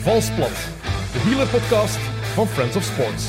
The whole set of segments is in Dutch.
Valsplat, de wielerpodcast van Friends of Sports.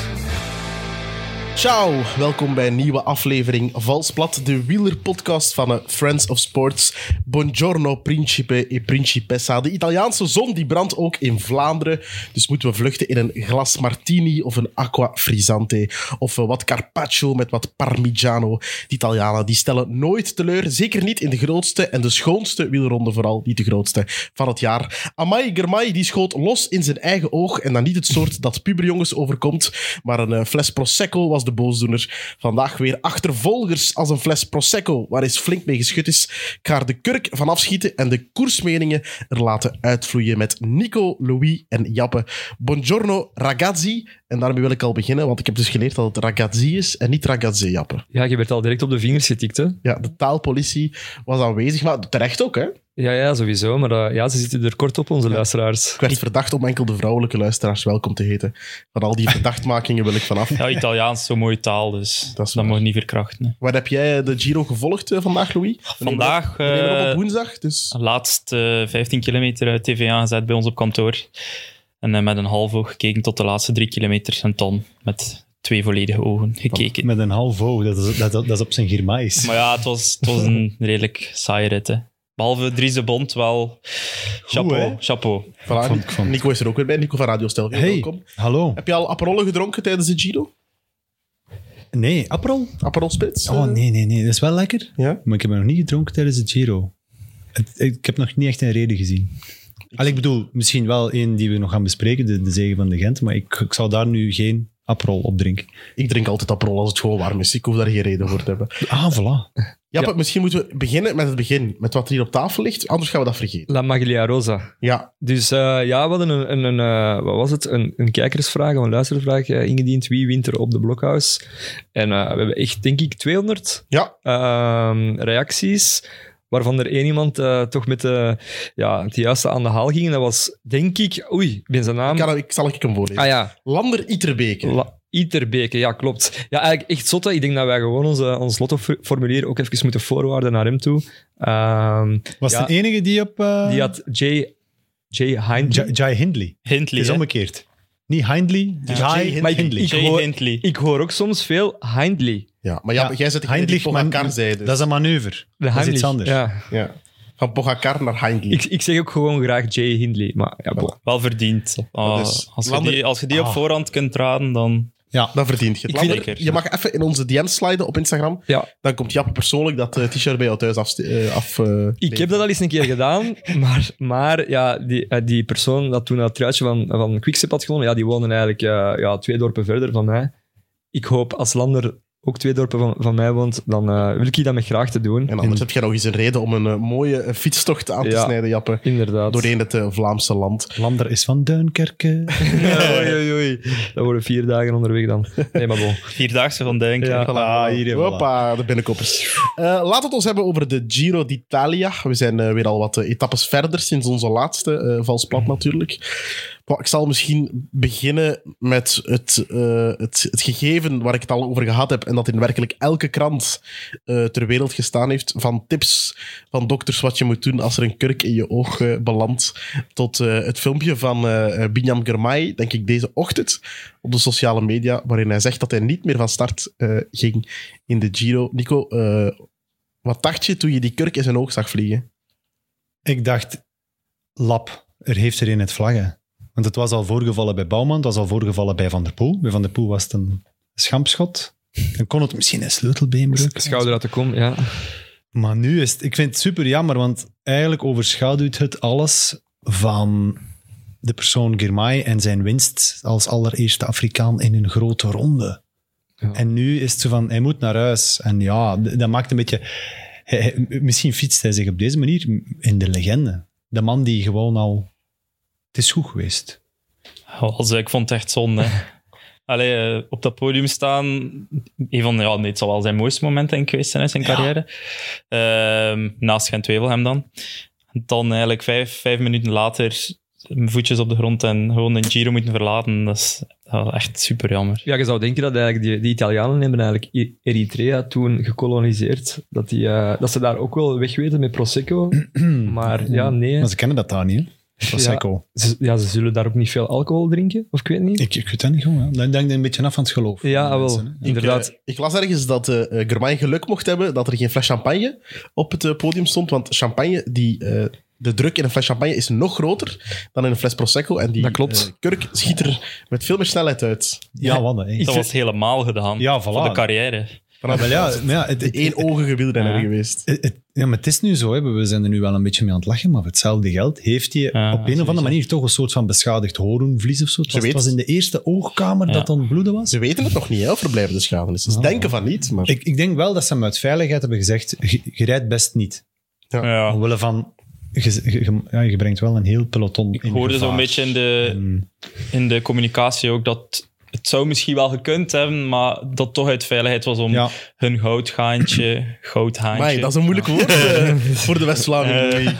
Ciao, welkom bij een nieuwe aflevering Valsplat, de wielerpodcast van Friends of Sports. Buongiorno principe e principessa. De Italiaanse zon die brandt ook in Vlaanderen, dus moeten we vluchten in een glas martini of een acqua frizzante of wat carpaccio met wat parmigiano. De Italianen die stellen nooit teleur, zeker niet in de grootste en de schoonste wielronde, vooral niet de grootste van het jaar. Amai Germay die schoot los in zijn eigen oog en dan niet het soort dat puberjongens overkomt, maar een fles Prosecco was de boosdoener. Vandaag weer achtervolgers als een fles Prosecco, waar eens flink mee geschud is. Ik ga er de kurk van afschieten en de koersmeningen er laten uitvloeien met Nico, Louis en Jappe. Buongiorno ragazzi. En daarmee wil ik al beginnen, want ik heb dus geleerd dat het ragazzi is en niet ragazzi, Jappe. Ja, je werd al direct op de vingers getikt, hè? Ja, de taalpolitie was aanwezig, maar terecht ook, hè? Ja, sowieso. Maar ze zitten er kort op, onze luisteraars. Ik werd verdacht om enkel de vrouwelijke luisteraars welkom te heten. Van al die verdachtmakingen wil ik vanaf. Ja, Italiaans is zo'n mooie taal, dus Dat is dat waar. mag niet verkrachten. Hè. Waar heb jij de Giro gevolgd vandaag, Louis? Vandaag We nemen op woensdag, dus... laatst 15 kilometer uit TV aangezet bij ons op kantoor. En met een half oog gekeken tot de laatste 3 kilometer en ton. Met 2 volledige ogen gekeken. Met een half oog, dat is op zijn Girmais. Maar ja, het was een redelijk saaie rit. Hè. Behalve Dries de Bond wel. Chapeau. Voilà, Nico is er ook weer bij. Nico van Radio Stelvio, Hey, welkom. hallo. Heb je al Aperol gedronken tijdens de Giro? Nee, Aperol? Aperol Spritz? Oh, nee. Dat is wel lekker. Ja? Maar ik heb hem nog niet gedronken tijdens de Giro. Ik heb nog niet echt een reden gezien. Ik bedoel, misschien wel één die we nog gaan bespreken, de zege van de Gent, maar ik zal daar nu geen Aperol op drinken. Ik drink altijd Aperol als het gewoon warm is. Ik hoef daar geen reden voor te hebben. Ah, voilà. Ja, misschien moeten we beginnen met het begin. Met wat er hier op tafel ligt. Anders gaan we dat vergeten. La Maglia Rosa. Ja, Dus we hadden wat was het? Een kijkersvraag of een luistervraag ingediend. Wie wint er op de Blokhuis? En we hebben echt, denk ik, 200 ja. reacties. Waarvan er één iemand toch met het juiste aan de haal ging. En dat was, denk ik... Oei, ik ben zijn naam... Zal ik hem voorlezen? Ah ja, Lander Iterbeke. Iterbeke, ja, klopt. Ja, eigenlijk echt zot. Hè. Ik denk dat wij gewoon ons lottoformulier ook even moeten voorwaarden naar hem toe. Was de enige die op... Die had Jay Hindley. Jai Hindley. Hindley, Het is hè. omgekeerd. Niet Hindley, Jai Maar Hindley. Jay Hindley. Ik hoor ook soms veel Hindley. Ja, maar jij zit degene die Hindley, Pogacar zei. Dus. dat is een manoeuvre. Dat is iets anders. Ja. Ja. Van Pogacar naar Hindley. Ik zeg ook gewoon graag Jay Hindley. Maar ja, bon. Wel verdiend. Dus Als je die op voorhand kunt raden, dan... Ja. Dat verdient je. Ik vind Lander, het- je mag even in onze DM's sliden op Instagram. Ja. Dan komt Jappe persoonlijk dat t-shirt bij jou thuis af Ik heb dat al eens een keer gedaan, maar ja, die persoon dat toen dat truitje van Quickstep had gewonnen, ja, die woonde eigenlijk 2 dorpen verder van mij. Ik hoop, als Lander ook 2 dorpen van mij woont, dan wil ik dat met graag te doen. En anders heb je nog eens een reden om een mooie fietstocht aan te Ja. snijden, Jappe. Inderdaad. Doorheen het Vlaamse land. Lander is van Duinkerke. Oei. Dat worden 4 dagen onderweg dan. Nee, maar bon. 4-daagse van Duinkerke. Ja. Ah, hier, voilà. Hoppa, de binnenkoppers. Laten we het ons hebben over de Giro d'Italia. We zijn weer al wat etappes verder sinds onze laatste Valsplat natuurlijk. Maar ik zal misschien beginnen met het gegeven waar ik het al over gehad heb en dat in werkelijk elke krant ter wereld gestaan heeft, van tips van dokters wat je moet doen als er een kurk in je oog belandt, tot het filmpje van Binyam Girmay, denk ik deze ochtend, op de sociale media, waarin hij zegt dat hij niet meer van start ging in de Giro. Nico, wat dacht je toen je die kurk in zijn oog zag vliegen? Ik dacht, lap, er heeft er in het vlaggen. Want het was al voorgevallen bij Bouwman, het was al voorgevallen bij Van der Poel. Bij Van der Poel was het een schampschot. Dan kon het misschien een sleutelbeenbreuk. Schouder uit de kom, ja. Maar nu is het... Ik vind het super jammer, want eigenlijk overschaduwt het alles van de persoon Girmay en zijn winst als allereerste Afrikaan in een grote ronde. Ja. En nu is het zo van, hij moet naar huis. En ja, dat maakt een beetje... Misschien fietst hij zich op deze manier in de legende. De man die gewoon al... Het is goed geweest. Ik vond het echt zonde. Allee, op dat podium staan, het zal wel zijn mooiste moment denk ik geweest zijn in zijn carrière. Naast Gent-Wevelgem dan. Dan eigenlijk vijf minuten later voetjes op de grond en gewoon een Giro moeten verlaten. Dat is echt super jammer. Ja, je zou denken dat eigenlijk die Italianen hebben eigenlijk Eritrea toen gekoloniseerd. Dat ze daar ook wel weg weten met Prosecco. Maar ja, nee. Maar ze kennen dat daar niet, hè? Prosecco. Ze zullen daar ook niet veel alcohol drinken, of ik weet niet. Ik weet dat niet goed. Ja. Dan denk ik een beetje af van het geloof. Ja, wel. Mensen, hè. Inderdaad. Ik las ergens dat Germain geluk mocht hebben dat er geen fles champagne op het podium stond, want champagne, de druk in een fles champagne is nog groter dan in een fles Prosecco. En die Dat klopt. kurk schiet er met veel meer snelheid uit. Ja, wat hè. Dat was helemaal gedaan Ja, voilà. voor de carrière. Maar De éénogige wielrenner geweest. maar het is nu zo, hè. We zijn er nu wel een beetje mee aan het lachen, maar voor hetzelfde geld heeft hij op een of andere manier toch een soort van beschadigd horenvlies of zo. Het was in de eerste oogkamer dat het ontbloeden was. Ze weten het nog niet, hè, of er blijvende schade is. Ze denken van niet, maar... Ik denk wel dat ze hem uit veiligheid hebben gezegd, je rijdt best niet. Ja. Omwille van, je brengt wel een heel peloton in Ik hoorde gevaar. zo'n beetje in de communicatie ook dat het zou misschien wel gekund hebben, maar dat toch uit veiligheid was om hun goudhaantje. Maar dat is een moeilijk woord voor de West-Vlamingen.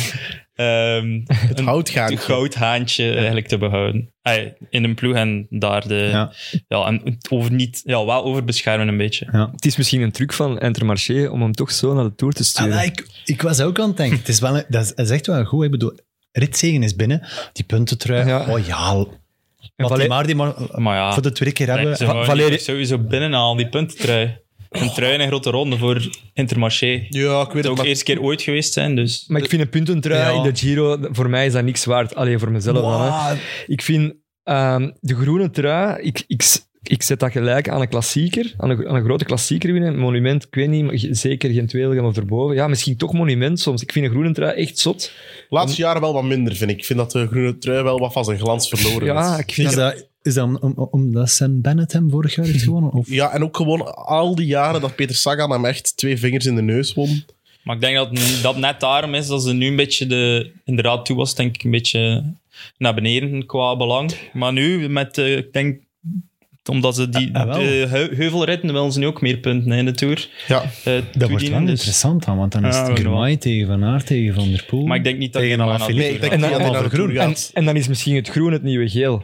Het houtgaantje. Het goudhaantje eigenlijk te behouden. In een ploeg en daar en wel over beschermen een beetje. Ja. Het is misschien een truc van Intermarché om hem toch zo naar de Tour te sturen. Ik was ook aan het denken, het is wel dat is echt wel goed. Ik bedoel, ritzegen is binnen, die puntentrui, Maar ja, voor de tweede keer hebben. ze gaan sowieso binnen aan die puntentrui. Een trui en een grote ronde voor Intermarché. Ja, ik weet Het zou het. ook eerste keer ooit geweest zijn, dus... Maar ik vind een puntentrui in de Giro, voor mij is dat niks waard. Alleen voor mezelf dan. Hè. Ik vind de groene trui, ik zet dat gelijk aan een klassieker, aan een grote klassieker winnen. Monument, ik weet niet, maar zeker geen tweede of erboven. Ja, misschien toch monument soms. Ik vind een groene trui echt zot. Laatste jaren wel wat minder, vind ik. Ik vind dat de groene trui wel wat van zijn glans verloren Ja, is. ik vind Is dat omdat Sam Bennett hem vorig jaar heeft gewonnen? Of? Ja, en ook gewoon al die jaren dat Peter Sagan hem echt 2 vingers in de neus won. Maar ik denk dat net daarom is dat ze nu een beetje inderdaad toe was, denk ik, een beetje naar beneden qua belang. Maar nu, ik denk, omdat ze de heuvelritten willen ze nu ook meer punten in de Tour. Ja. Dat wordt wel interessant dan, want dan is het Girmay tegen Van Aert tegen Van der Poel. Maar ik denk niet dat tegen die Alaphilippe. Nee, ik denk niet dat hij naar de Tour gaat. En dan is misschien het groen het nieuwe geel.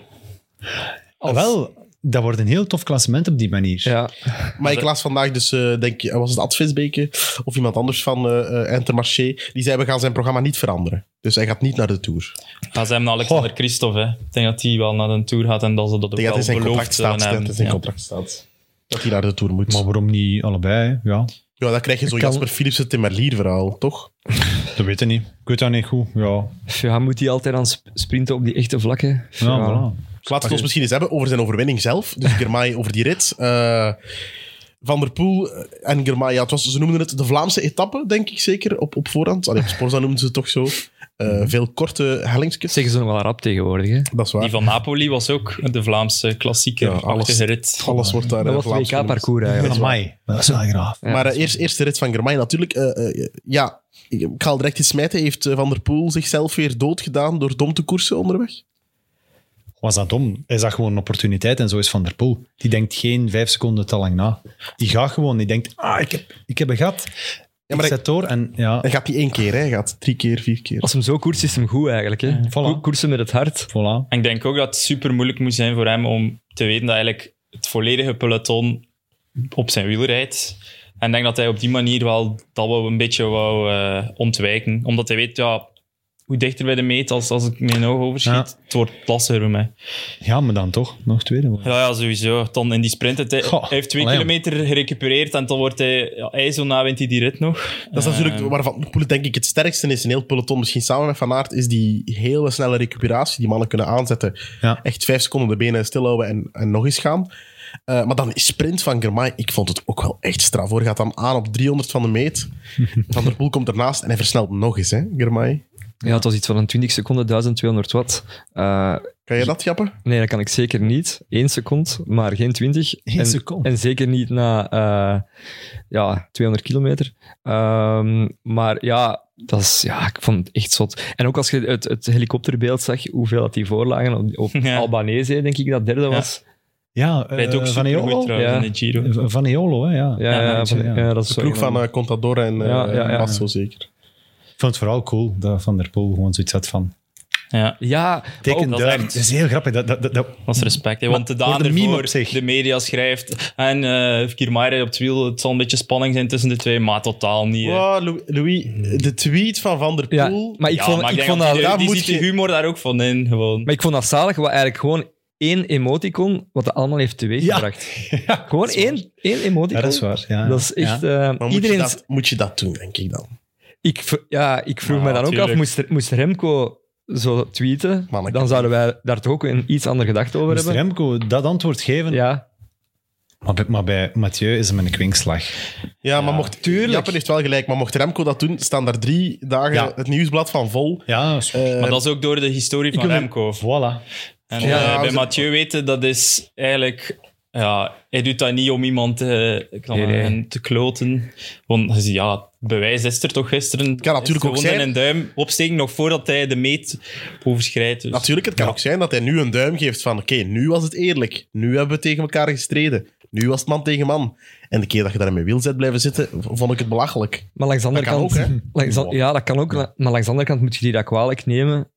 Wel, dat wordt een heel tof klassement op die manier. Ja. Maar ik las vandaag dus, denk ik, was het Ad Visbeke of iemand anders van Intermarché, die zei, we gaan zijn programma niet veranderen. Dus hij gaat niet naar de Tour. Ja, ze hebben Alexander Christophe. Hè. Ik denk dat hij wel naar de Tour gaat en dat ze dat ook Ik denk wel dat in zijn beloofd contract staat. hebben. Dat in zijn contract staat. Dat hij naar de Tour moet. Maar waarom niet allebei? Hè? Ja, Ja, dan krijg je zo'n Jasper Philipsen Tim Merlier verhaal, toch? dat weet ik niet. Ik weet dat niet goed. Ja, Moet hij altijd aan sprinten op die echte vlakken? voilà. Laten we het ons misschien eens hebben over zijn overwinning zelf. Dus Girmay over die rit. Van der Poel en Girmay, ja, ze noemden het de Vlaamse etappe, denk ik zeker, op voorhand. Allee, op Sporza noemden ze het toch zo. Veel korte hellingsjes. Zeggen ze nog wel rap tegenwoordig, hè? Dat is waar. Die van Napoli was ook de Vlaamse klassieker. Ja, alles- rit. Alles wordt daar Dat was Vlaams het WK-parcours eigenlijk. Amai, dat is wel graaf. Ja, Maar eerste rit van Girmay natuurlijk. Ik ga al direct iets smijten. Heeft Van der Poel zichzelf weer doodgedaan door dom te koersen onderweg? Was dat dom? Hij zag gewoon een opportuniteit en zo is Van der Poel. Die denkt geen 5 seconden te lang na. Die gaat gewoon, die denkt, ik heb een gat. Ja, maar ik zet door en ja, Hij gaat niet 1 keer, hè. Hij gaat 3 keer, 4 keer. Als hem zo koerst, is hem goed eigenlijk. Hè? Voilà. Koersen met het hart. voilà. En ik denk ook dat het super moeilijk moet zijn voor hem om te weten dat eigenlijk het volledige peloton op zijn wiel rijdt. En ik denk dat hij op die manier wel een beetje wou ontwijken. Omdat hij weet, hoe dichter bij de meet als ik mijn oog overschiet, het wordt lastiger voor mij. Ja, maar dan toch nog tweede. Ja, sowieso. Dan in die sprint, hij heeft 2 allee, kilometer gerecupereerd en dan wordt hij zo na wint hij die rit nog. Dat is natuurlijk waar Van der Poel denk ik het sterkste is in heel het peloton. Misschien samen met Van Aert is die hele snelle recuperatie die mannen kunnen aanzetten. Ja. Echt 5 seconden de benen stilhouden en nog eens gaan. Maar dan die sprint van Girmay, ik vond het ook wel echt straf hoor. Gaat dan aan op 300 van de meet. Van der Poel komt ernaast en hij versnelt nog eens, hè, Girmay. Ja, het was iets van een 20 seconden, 1200 watt. Kan je dat, Jappe? Nee, dat kan ik zeker niet. 1 seconde, maar geen 20. 1 seconde. En zeker niet na 200 kilometer. Maar ja, ik vond het echt zot. En ook als je het helikopterbeeld zag, hoeveel dat die voorlagen op Albanese, denk ik dat derde was. Ja, Rijdt ook Van super goed Eolo. trouwens Ja. in de Giro. Van Eolo, hè, ja. Dat is De ploeg van Contador en Basso zeker. Ik vond het vooral cool dat Van der Poel gewoon zoiets had van... Ja, Ja, Teken dat is duim. echt- Dat is heel grappig. dat is respect. Hè. Want de voor Daan de meme ervoor, op zich. de media schrijft en Kiermaier op het wiel, het zal een beetje spanning zijn tussen de twee, maar totaal niet. Hè. Wow, Louis, de tweet van Van der ja, Poel... maar ik vond denk dat... iedereen- daar die moet ziet de je- humor daar ook van in. Gewoon. Maar ik vond dat zalig, wat eigenlijk gewoon 1 emoticon, wat dat allemaal heeft teweeggebracht. Gewoon één emoticon. Ja, dat is waar. Ja. Dat is echt... Maar iedereen... moet je dat doen, denk ik dan? Ik vroeg Ja, me dan ook af, tuurlijk. moest Remco zo tweeten, Manneke. dan zouden wij daar toch ook een iets andere gedachte over Moest hebben. Remco dat antwoord geven, Ja, maar bij Mathieu is hem een kwinkslag. Ja, maar mocht... tuurlijk. Jappen heeft wel gelijk, maar mocht Remco dat doen, staan daar 3 dagen Ja. het nieuwsblad van vol. Ja, Maar dat is ook door de historie van Remco. voilà. En Ja, bij ze- Mathieu weten, dat is eigenlijk... Ja, hij doet dat niet om iemand Nee. te kloten. Want ja, het bewijs is er toch gisteren. Het kan natuurlijk ook zijn- een duim opsteken nog voordat hij de meet overschrijdt. Dus. Natuurlijk, het kan ook zijn dat hij nu een duim geeft van oké, nu was het eerlijk. Nu hebben we tegen elkaar gestreden. Nu was het man tegen man. En de keer dat je daar in mijn wiel zit blijven zitten, vond ik het belachelijk. maar langs de andere Dat kan kant... ook, hè? ja, dat kan ook. Maar langs de andere kant moet je die dat kwalijk nemen,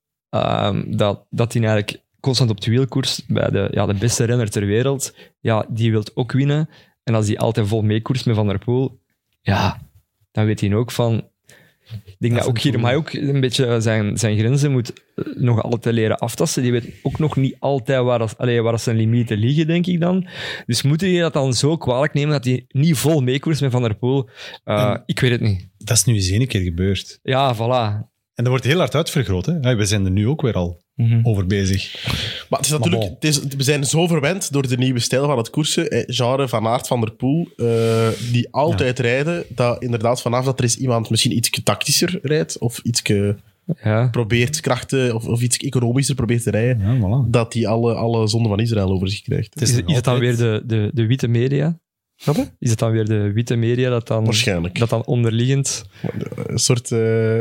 dat hij eigenlijk constant op het wiel koerst bij de beste renner ter wereld. Ja, die wil ook winnen. En als hij altijd vol meekoerst met Van der Poel, ja, dan weet hij ook van... Ik denk dat ook Girmay ook een beetje zijn grenzen moet nog altijd leren aftasten. Die weet ook nog niet altijd waar zijn limieten liggen, denk ik dan. Dus moet je dat dan zo kwalijk nemen dat hij niet vol meekoerst met Van der Poel? Ik weet het niet. Dat is nu eens 1 keer gebeurd. Ja, voilà. En dat wordt heel hard uitvergroot. Hè? Ja, we zijn er nu ook weer al over bezig. Maar het is natuurlijk, bon. we zijn zo verwend door de nieuwe stijl van het koersen. Genre Van Aert, Van der Poel, die altijd rijden. Dat inderdaad vanaf dat er is iemand misschien iets tactischer rijdt of iets Ja. probeert krachten of iets economischer probeert te rijden, Ja, voilà. dat die alle zonden van Israël over zich krijgt. Is het dan weer de witte media? Is het dan weer de witte media dat dan, Waarschijnlijk. dat dan onderliggend... Een soort...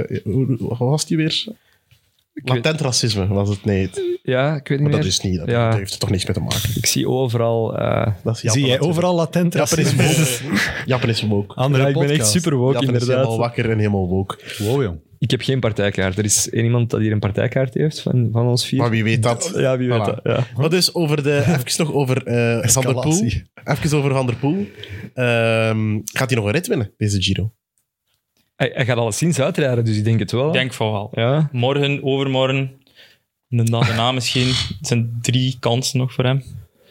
wat was die weer? Latent racisme was het. Nee, Ja, ik weet niet maar dat meer. is niet. Dat, Ja. dat heeft er toch niks mee te maken. Ik zie overal... Dat is Zie Jappen jij natuurlijk. overal latent Jappen is racisme? woke. Jappen is woke. Andere Ja, ik ben echt podcast. super woke, Jappen is helemaal inderdaad. wakker en helemaal woke. Wow, jong. Ik heb geen partijkaart. Er is één iemand dat hier een partijkaart heeft van ons 4. Maar wie weet dat? Ja, wie weet Voilà. dat. Ja. Maar dus even nog over Van der Poel. Escalatie. Even over Van der Poel. Gaat hij nog een rit winnen, deze Giro? Hij gaat alleszins uitrijden, dus ik denk het wel. Ik denk van wel. Ja. Morgen, overmorgen, en dan daarna misschien. Het zijn 3 kansen nog voor hem.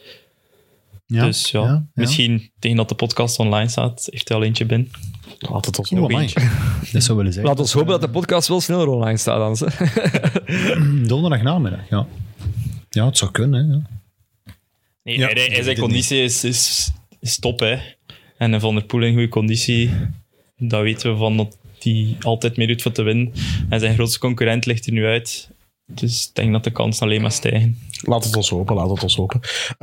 Ja, Dus ja, misschien tegen dat de podcast online staat, heeft hij al eentje binnen. Laat het ons Oh, nog amai. eentje. Dat zou willen zeggen. Laat ons hopen dat de podcast wel sneller online staat dan ze. Donderdag namiddag, ja. Ja, het zou kunnen, hè. Ja. Nee, Ja, hij- ik weet zijn het conditie is top, hè. En Van der Poel in goede conditie, dat weten we van dat hij altijd meedoet voor te winnen. En zijn grootste concurrent ligt er nu uit. Dus ik denk dat de kansen alleen maar stijgen. Laat het ons hopen.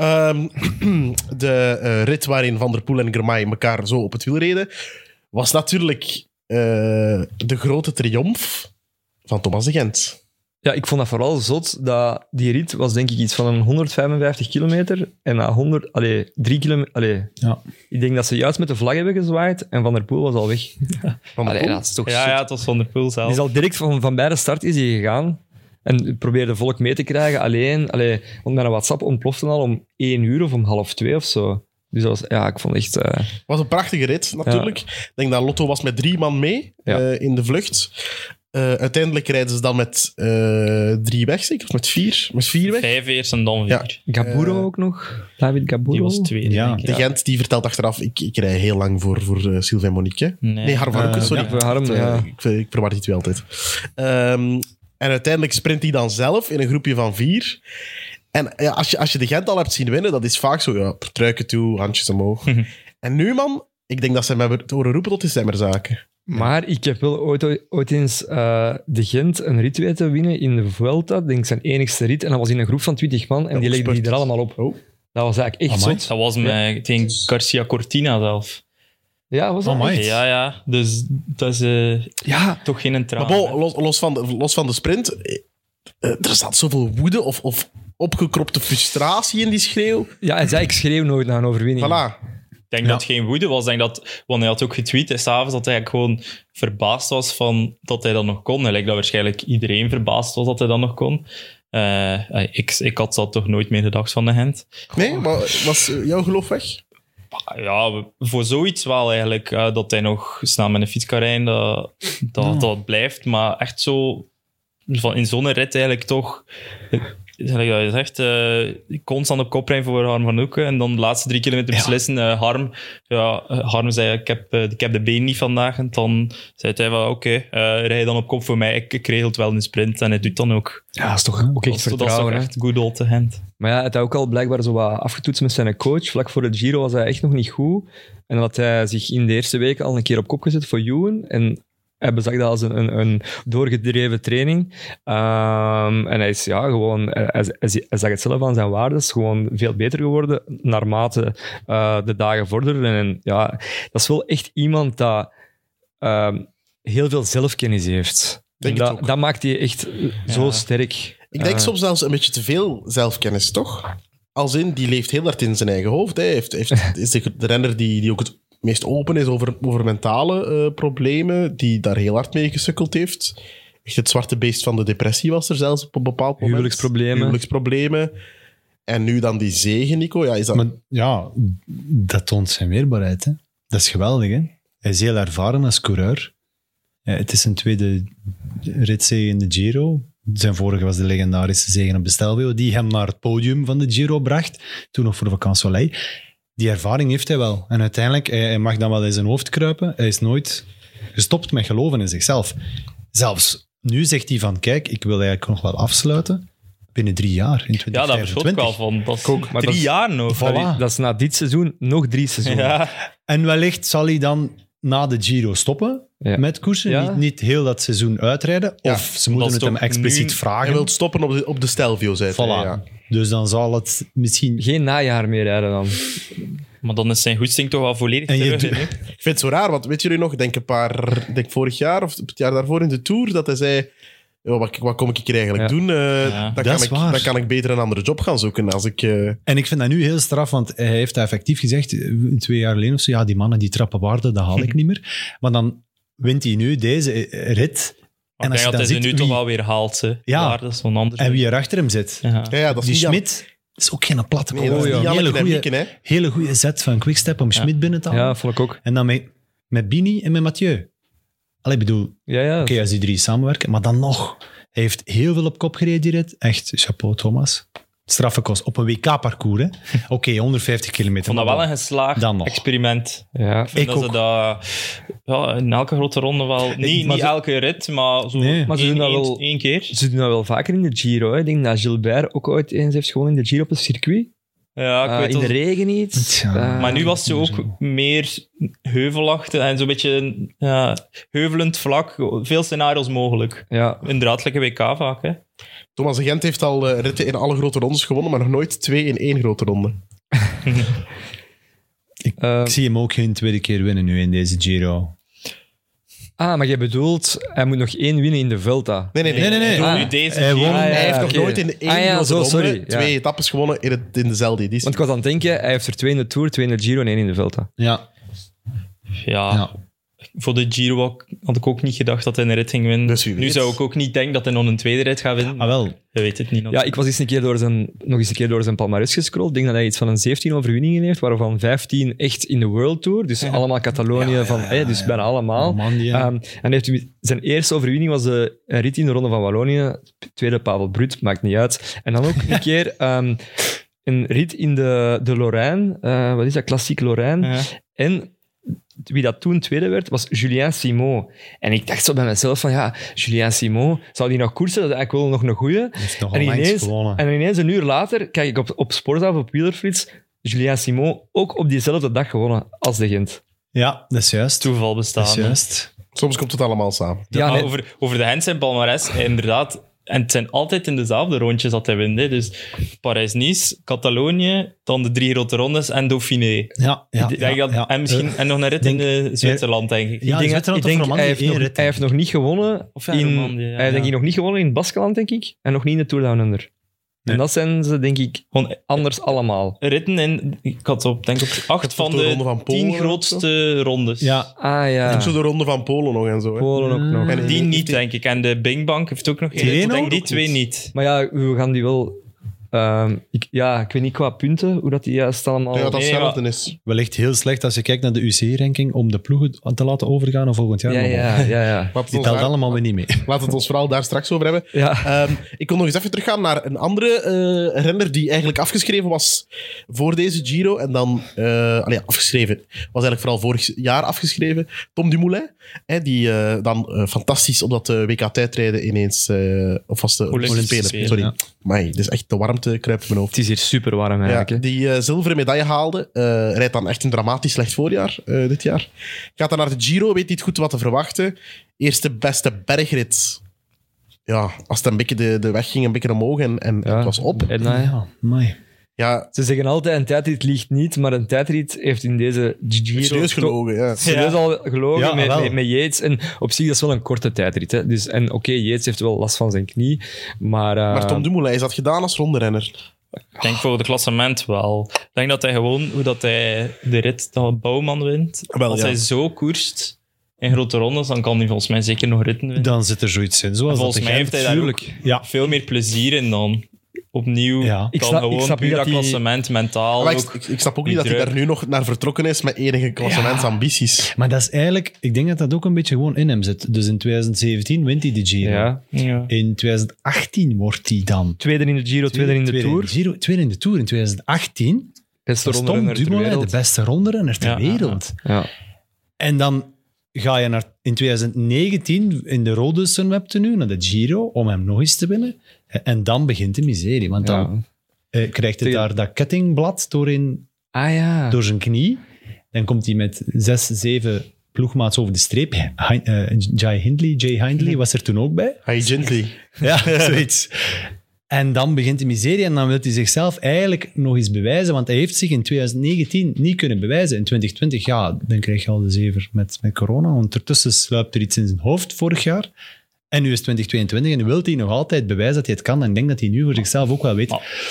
De rit waarin Van der Poel en Girmay elkaar zo op het wiel reden, was natuurlijk de grote triomf van Thomas de Gent. Ja, ik vond dat vooral zot. Dat die rit was denk ik iets van een 155 kilometer. En na 3 kilometer... Ja. Ik denk dat ze juist met de vlag hebben gezwaaid en Van der Poel was al weg. Van der Allee, Poel. dat is toch Ja, zot. ja, het was Van der Poel zelf. Die is al direct van bij de start is hij gegaan. En probeerde volk mee te krijgen alleen. Want mijn WhatsApp ontplofte al om 1 uur of om 1:30 of zo. Dus dat was, ja, ik vond echt... Het was een prachtige rit, natuurlijk. Ik denk dat Lotto was met 3 man mee Ja. in de vlucht. Uiteindelijk rijden ze dan met 3 weg, zeker? Of met 4? Met 4 weg. 5 eerst en dan 4. Ja. Gaburo ook nog. David Gaburo. Die was tweede. Ja. denk ik. De Gent die vertelt achteraf, ik rij heel lang voor Sylvain Monique. Hè? Nee, Harm van Roeken, sorry. ja, voor Harm, ja. Ik verwar die twee altijd. En uiteindelijk sprint hij dan zelf in een groepje van 4. En ja, als je de Gent al hebt zien winnen, dat is vaak zo, ja, truiken toe, handjes omhoog. En nu, man, ik denk dat ze hem hebben horen roepen tot de stemmerzaken. Maar ik heb wel ooit eens de Gent een rit weten winnen in de Vuelta. Ik denk zijn enigste rit. En dat was in een groep van 20 man. En die legden die er allemaal op. Oh. Dat was eigenlijk echt Amai. zot. Dat was met tegen Garcia Cortina zelf. Ja, was dat Amai. echt? Ja, ja. Dus dat is Ja, toch geen traan. Maar bon, los van de sprint, er zat zoveel woede of opgekropte frustratie in die schreeuw. ja, en zei ik schreeuw nooit na een overwinning. Voilà. denk dat het geen woede was. Ik denk dat, want hij had ook getweet s'avonds dat hij gewoon verbaasd was van dat hij dat nog kon. Lijkt dat waarschijnlijk iedereen verbaasd was dat hij dat nog kon. Ik had dat toch nooit meer gedacht van de Gent. Nee, maar was jouw geloof weg? Ja, voor zoiets wel eigenlijk. Dat hij nog snel met een fiets kan rijden, dat blijft. Maar echt zo, in zo'n rit eigenlijk toch... Zoals je zegt, constant op kop rijden voor Harm van Hoeken. En dan de laatste 3 kilometer beslissen. Harm zei, ik heb de been niet vandaag. En dan zei hij van, oké, rij dan op kop voor mij. Ik regel het wel in de sprint. En hij doet dan ook. Ja, dat is toch ook echt vertrouwen. Dat is toch echt good old Gent. Maar ja, het had ook al blijkbaar zo wat afgetoetst met zijn coach. Vlak voor de Giro was hij echt nog niet goed. En dan had hij zich in de eerste week al een keer op kop gezet voor Ewan. En hij bezag dat als een doorgedreven training. En hij is gewoon... Hij zag het zelf aan zijn waardes. Gewoon veel beter geworden naarmate de dagen vorderden. En ja, dat is wel echt iemand dat heel veel zelfkennis heeft. Dat maakt hij echt zo sterk. Ik denk soms zelfs een beetje te veel zelfkennis, toch? Als in, die leeft heel hard in zijn eigen hoofd. Hij is de renner die ook het meest open is over mentale problemen, die daar heel hard mee gesukkeld heeft. Echt het zwarte beest van de depressie was er zelfs op een bepaald moment. Huwelijksproblemen. En nu dan die zege, Nico. Ja, is dat... Maar ja, dat toont zijn weerbaarheid. Hè? Dat is geweldig. Hè? Hij is heel ervaren als coureur. Ja, het is zijn tweede ritzege in de Giro. Zijn vorige was de legendarische zege op de Stelvio, die hem naar het podium van de Giro bracht. Toen nog voor de Vacances Soleil. Die ervaring heeft hij wel. En uiteindelijk, hij mag dan wel in zijn hoofd kruipen. Hij is nooit gestopt met geloven in zichzelf. Zelfs nu zegt hij van, kijk, ik wil eigenlijk nog wel afsluiten binnen 3 jaar, in 2025. Ja, daar verschot ik wel van. Dat is ook 3 jaar nog. Voilà. Dat is na dit seizoen nog 3 seizoenen. Ja. En wellicht zal hij dan na de Giro stoppen met koersen. Ja. Niet heel dat seizoen uitrijden. Ja, Of ze moeten het hem expliciet vragen. Hij wil stoppen op de Stelvio, zei hij. Voilà. Ja. Dus dan zal het misschien... Geen najaar meer rijden dan. Maar dan is zijn goesting toch wel volledig En je terug. hè? Ik vind het zo raar, want weet jullie nog, ik denk vorig jaar of het jaar daarvoor in de Tour, dat hij zei, wat kom ik hier eigenlijk doen? Dan kan ik beter een andere job gaan zoeken. Als ik, En ik vind dat nu heel straf, want hij heeft dat effectief gezegd, 2 jaar geleden of zo, ja, die mannen die trappen waarden, dat haal ik niet meer. Maar dan wint hij nu deze rit. En als je dat hij ze nu toch wel weer haalt. Hè. Ja. Dat is zo'n ander. En wie er achter hem zit. Ja. dat is Die niet Schmid is ook geen platte Nee, dat is coureur. niet Janneke en Mieke, hè. Hele goede zet van Quickstep om Schmid binnen te halen. Ja, vond ik ook. En dan met Bini en met Mathieu. Allee, ik bedoel, Ja. oké, als die 3 samenwerken, maar dan nog. Hij heeft heel veel op kop gereden, die rit. Echt, chapeau, Thomas. Straffe kost. Op een WK-parcours, hè. Oké, 150 kilometer. Ik vond dat wel een geslaagd Dan nog. experiment. Ja. Ik vind Ik dat ze ook. dat in elke grote ronde wel... Niet elke rit, maar zo Nee. Maar ze doen dat wel- één keer. Ze doen dat wel vaker in de Giro. Hè. Ik denk dat Gilbert ook ooit eens heeft gewonnen in de Giro op het circuit. Ja, ik weet In de dat- regen iets. Tja. Maar nu was ze ook meer heuvelachtig en zo'n beetje heuvelend vlak. Veel scenario's mogelijk. Ja. Inderdaad, lekker WK vaak, hè. Thomas de Gent heeft al ritten in alle grote rondes gewonnen, maar nog nooit 2 in 1 grote ronde. Ik zie hem ook geen tweede keer winnen nu in deze Giro. Maar jij bedoelt, hij moet nog 1 winnen in de Vuelta. Nee. Ik bedoel nu deze Hij keer. won- Hij heeft nog oké. nooit in 1 grote zo, ronde sorry. 2 Ja. etappes gewonnen in dezelfde editie. Want ik was aan het denken, hij heeft er 2 in de Tour, 2 in de Giro en 1 in de Vuelta. Ja. Ja, voor de Giro had ik ook niet gedacht dat hij een rit ging winnen. Dus wie Nu weet. zou ik ook niet denken dat hij nog een tweede rit gaat winnen. Ah, wel. Je weet het niet. Ja, ik was nog eens een keer door zijn palmarès gescrolld. Ik denk dat hij iets van een 17 overwinningen heeft, waarvan 15 echt in de World Tour. Dus allemaal Catalonië, dus bijna allemaal. Normandië. En zijn eerste overwinning was de rit in de Ronde van Wallonië. Tweede Pavel Brut, maakt niet uit. En dan ook een keer een rit in de Lorraine. Wat is dat? Klassiek Lorraine. Ja. En wie dat toen tweede werd, was Julien Simon. En ik dacht zo bij mezelf van, Julien Simon, zou die nog koersen? Dat is eigenlijk wel nog een goeie. Heeft nogal langs gewonnen. En ineens een uur later kijk ik op Sportza, op Wielerflits, Julien Simon ook op diezelfde dag gewonnen als de Gent. Ja, dat is juist. Toeval bestaan. Dat is hè. juist. Soms komt het allemaal samen. Ja, Maar nee. over de Gent en Palmares, inderdaad. En het zijn altijd in dezelfde rondjes dat hij wint. Hè. Dus Parijs-Nice, Catalonië, dan de 3 grote rondes en Dauphiné. Ja, ja, Ik denk dat- En misschien en nog een rit in Zwitserland, denk ik. Ja, Ik denk, Zwitserland ik of denk Romandie, hij, heeft één nog, rit. hij heeft nog niet gewonnen Of ja, in... Romandie, ja. Hij heeft denk ik nog niet gewonnen in het Baskeland, denk ik. En nog niet in de Tour Down Under. En dat zijn ze, denk ik, Gewoon anders allemaal. ritten in, ik had op 8 van de ronde van de Polen 10 of grootste rondes. Ja, Ah ja, Ook zo de ronde van Polen nog en zo. Hè. Polen ook nog. En Die niet, denk ik. En de Bing Bang heeft ook nog één. Tirreno? Ik denk die Ook twee niet. niet. Maar ja, we gaan die wel... ik weet niet qua punten, hoe dat die juist allemaal... Ja, dat Nee, hetzelfde is. wellicht heel slecht als je kijkt naar de UCI-ranking om de ploegen te laten overgaan naar volgend jaar. ja. Laat het Die ons telt daar- allemaal weer niet mee. Laat het ons vooral daar straks over hebben. Ja. Ik kon nog eens even teruggaan naar een andere renner die eigenlijk afgeschreven was voor deze Giro. En dan, afgeschreven, was eigenlijk vooral vorig jaar afgeschreven. Tom Dumoulin, hè, die dan fantastisch op dat WK-tijdrijden ineens, of was de Olympische Spelen, sorry. ja. Amai, dus echt de warmte kruipt in mijn hoofd. Het is hier super warm Ja, eigenlijk. hè. die zilveren medaille haalde, rijdt dan echt een dramatisch slecht voorjaar dit jaar. Gaat dan naar de Giro, weet niet goed wat te verwachten. Eerste beste bergrit. Ja, als het een beetje de weg ging, een beetje omhoog en Ja. het was op. En, Ja, mooi. Ja, ze zeggen altijd, een tijdrit liegt niet, maar een tijdrit heeft in deze Giro... serieus gelogen, ja. Serieus al gelogen Ja, met, wel. met Yates. En op zich, dat is wel een korte tijdrit. Hè. Dus, en oké, Yates heeft wel last van zijn knie, maar... Maar Tom Dumoulin is dat gedaan als ronderenner. Ik denk voor het klassement wel. Ik denk dat hij gewoon, hoe dat hij de rit dat Bouwman wint, Wel, als ja. hij zo koerst in grote rondes, dan kan hij volgens mij zeker nog ritten winnen. Dan zit er zoiets in. Zoals Volgens dat mij heeft hij daar ook Ja. veel meer plezier in dan opnieuw. Ja. Ik Kan snap- ik gewoon snap niet puur dat dat hij- klassement, mentaal Maar ook. ik snap ook die niet dat hij druk. daar nu nog naar vertrokken is met enige klassementsambities. Maar dat is eigenlijk... Ik denk dat dat ook een beetje gewoon in hem zit. Dus in 2017 wint hij de Giro. Ja. Ja. In 2018 wordt hij dan... Tweede in de Giro, tweede in de Tour. Giro, tweede in de Tour. In 2018 Beste was Tom ronderenner ter Dumoulin de wereld. beste ronderenner ter Ja, ja, ja. wereld. Ja. En dan ga je in 2019 in de rode Sunweb tenue naar de Giro om hem nog eens te winnen. En dan begint de miserie. Want dan krijgt hij daar dat kettingblad Ah ja. door zijn knie. Dan komt hij met 6, 7 ploegmaats over de streep. Jay Hindley was er toen ook bij. Hey, gently. Ja, zoiets. En dan begint de miserie en dan wil hij zichzelf eigenlijk nog eens bewijzen, want hij heeft zich in 2019 niet kunnen bewijzen. In 2020, ja, dan krijg je al de zever met corona. Ondertussen sluipt er iets in zijn hoofd vorig jaar. En nu is 2022 en nu wil hij nog altijd bewijzen dat hij het kan. En ik denk dat hij nu voor zichzelf ook wel weet.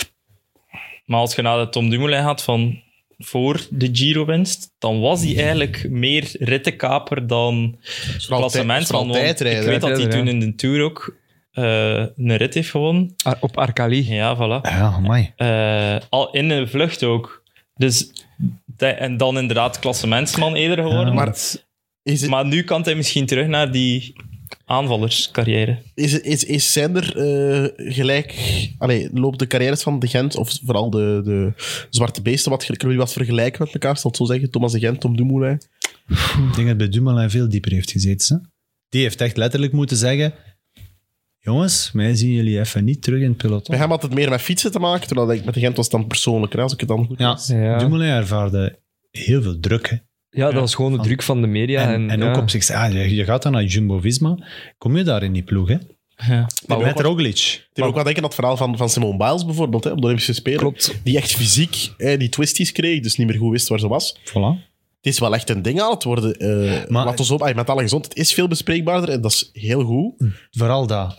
Maar als je naar de Tom Dumoulin gaat van voor de Giro-winst, dan was hij eigenlijk meer rittenkaper dan klassement. vooral Want tijdrijden. ik weet dat hij Tijdrijden, toen in de Tour ook een rit heeft gewonnen. Op Arcali. Ja, voilà. Ja, amai. Al in de vlucht ook. Dus, en dan inderdaad klassementsman eerder geworden. Ja, maar, Maar nu kan hij misschien terug naar die aanvallerscarrière. zijn er gelijk... Lopen de carrières van de Gent, of vooral de zwarte beesten, kunnen we wat vergelijken met elkaar, zal het zo zeggen? Thomas de Gent, Tom Dumoulin. Ik denk dat bij Dumoulin veel dieper heeft gezeten. Hè? Die heeft echt letterlijk moeten zeggen... Jongens, mij zien jullie even niet terug in het peloton. Bij hem had het meer met fietsen te maken, terwijl ik met de Gent was het dan persoonlijker, als ik het dan goed Ja, was. Ja. Dumoulin ervaarde heel veel druk. Hè. Ja, dat was gewoon de druk van de media. En ook op zichzelf. Je gaat dan naar Jumbo-Visma, kom je daar in die ploeg, hè? Ja. Maar Met ook wat- Roglic. Ik heb ook wat denken aan het verhaal van Simone Biles bijvoorbeeld, hè, op de Olympische Spelen. Klopt. Die echt fysiek die twisties kreeg, dus niet meer goed wist waar ze was. Voilà. Het is wel echt een ding aan het worden. Maar- Laat ons op, met alle gezondheid. Het is veel bespreekbaarder en dat is heel goed. Vooral dat.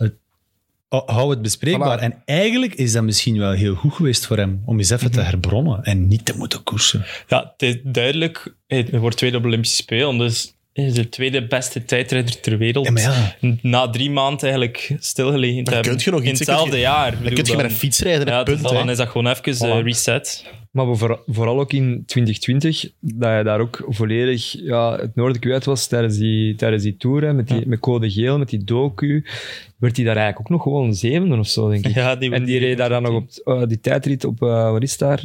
Hou het bespreekbaar. Voilà. En eigenlijk is dat misschien wel heel goed geweest voor hem om eens even te herbronnen en niet te moeten koersen. Ja, het is duidelijk. Hij wordt tweede op de Olympische Spelen, dus hij is de tweede beste tijdrijder ter wereld. Ja, maar ja. Na 3 maanden eigenlijk stilgelegen te Dan hebben. kun je nog in iets, hetzelfde jaar. Dan kun je met een fiets rijden, Ja, een punt. dus hè. dan is dat gewoon even reset. Maar vooral ook in 2020, dat hij daar ook volledig het noorden kwijt was tijdens die tour, hè, met Code Geel, met die docu, werd hij daar eigenlijk ook nog gewoon zevende of zo, denk ik. Ja, En die reed daar dan nog op die tijdrit op, wat is daar?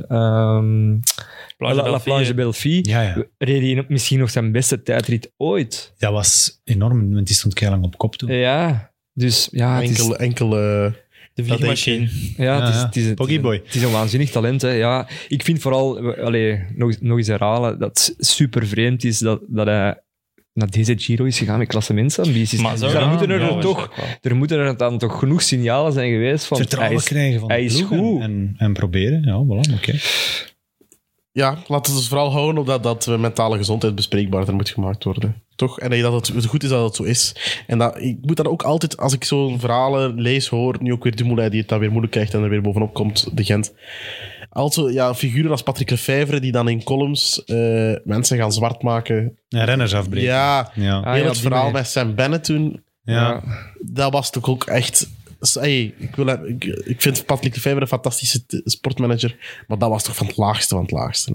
La Planche Belfi. Ja. Reed hij misschien nog zijn beste tijdrit ooit. Dat was enorm, want die stond keilang op kop toen. Ja, dus ja, het is, Enkele De vliegmachine. Poggyboy. het is een waanzinnig talent. Hè. Ja, ik vind vooral, nog eens herhalen, dat het super vreemd is dat hij naar deze Giro is gegaan met klassementsambities. Maar Dus zo, dan ja, moeten ja, er moeten er dan toch genoeg signalen zijn geweest van Vertrouwen krijgen van hij de is ploeg goed. en proberen. Ja, voilà, oké. Ja, laten we het dus vooral houden op dat mentale gezondheid bespreekbaarder moet gemaakt worden. Toch? En dat het goed is dat het zo is. En ik moet dan ook altijd, als ik zo'n verhalen lees, hoor, nu ook weer Dumoulin die het dan weer moeilijk krijgt en er weer bovenop komt, de Gent. Also, figuren als Patrick Lefevre die dan in columns mensen gaan zwart maken. En renners afbreken. Ja, Ja. heel het verhaal met Sam Bennett toen, Ja. dat was toch ook echt... Ik vind Patrick Lefevre een fantastische sportmanager, maar dat was toch van het laagste. Hè.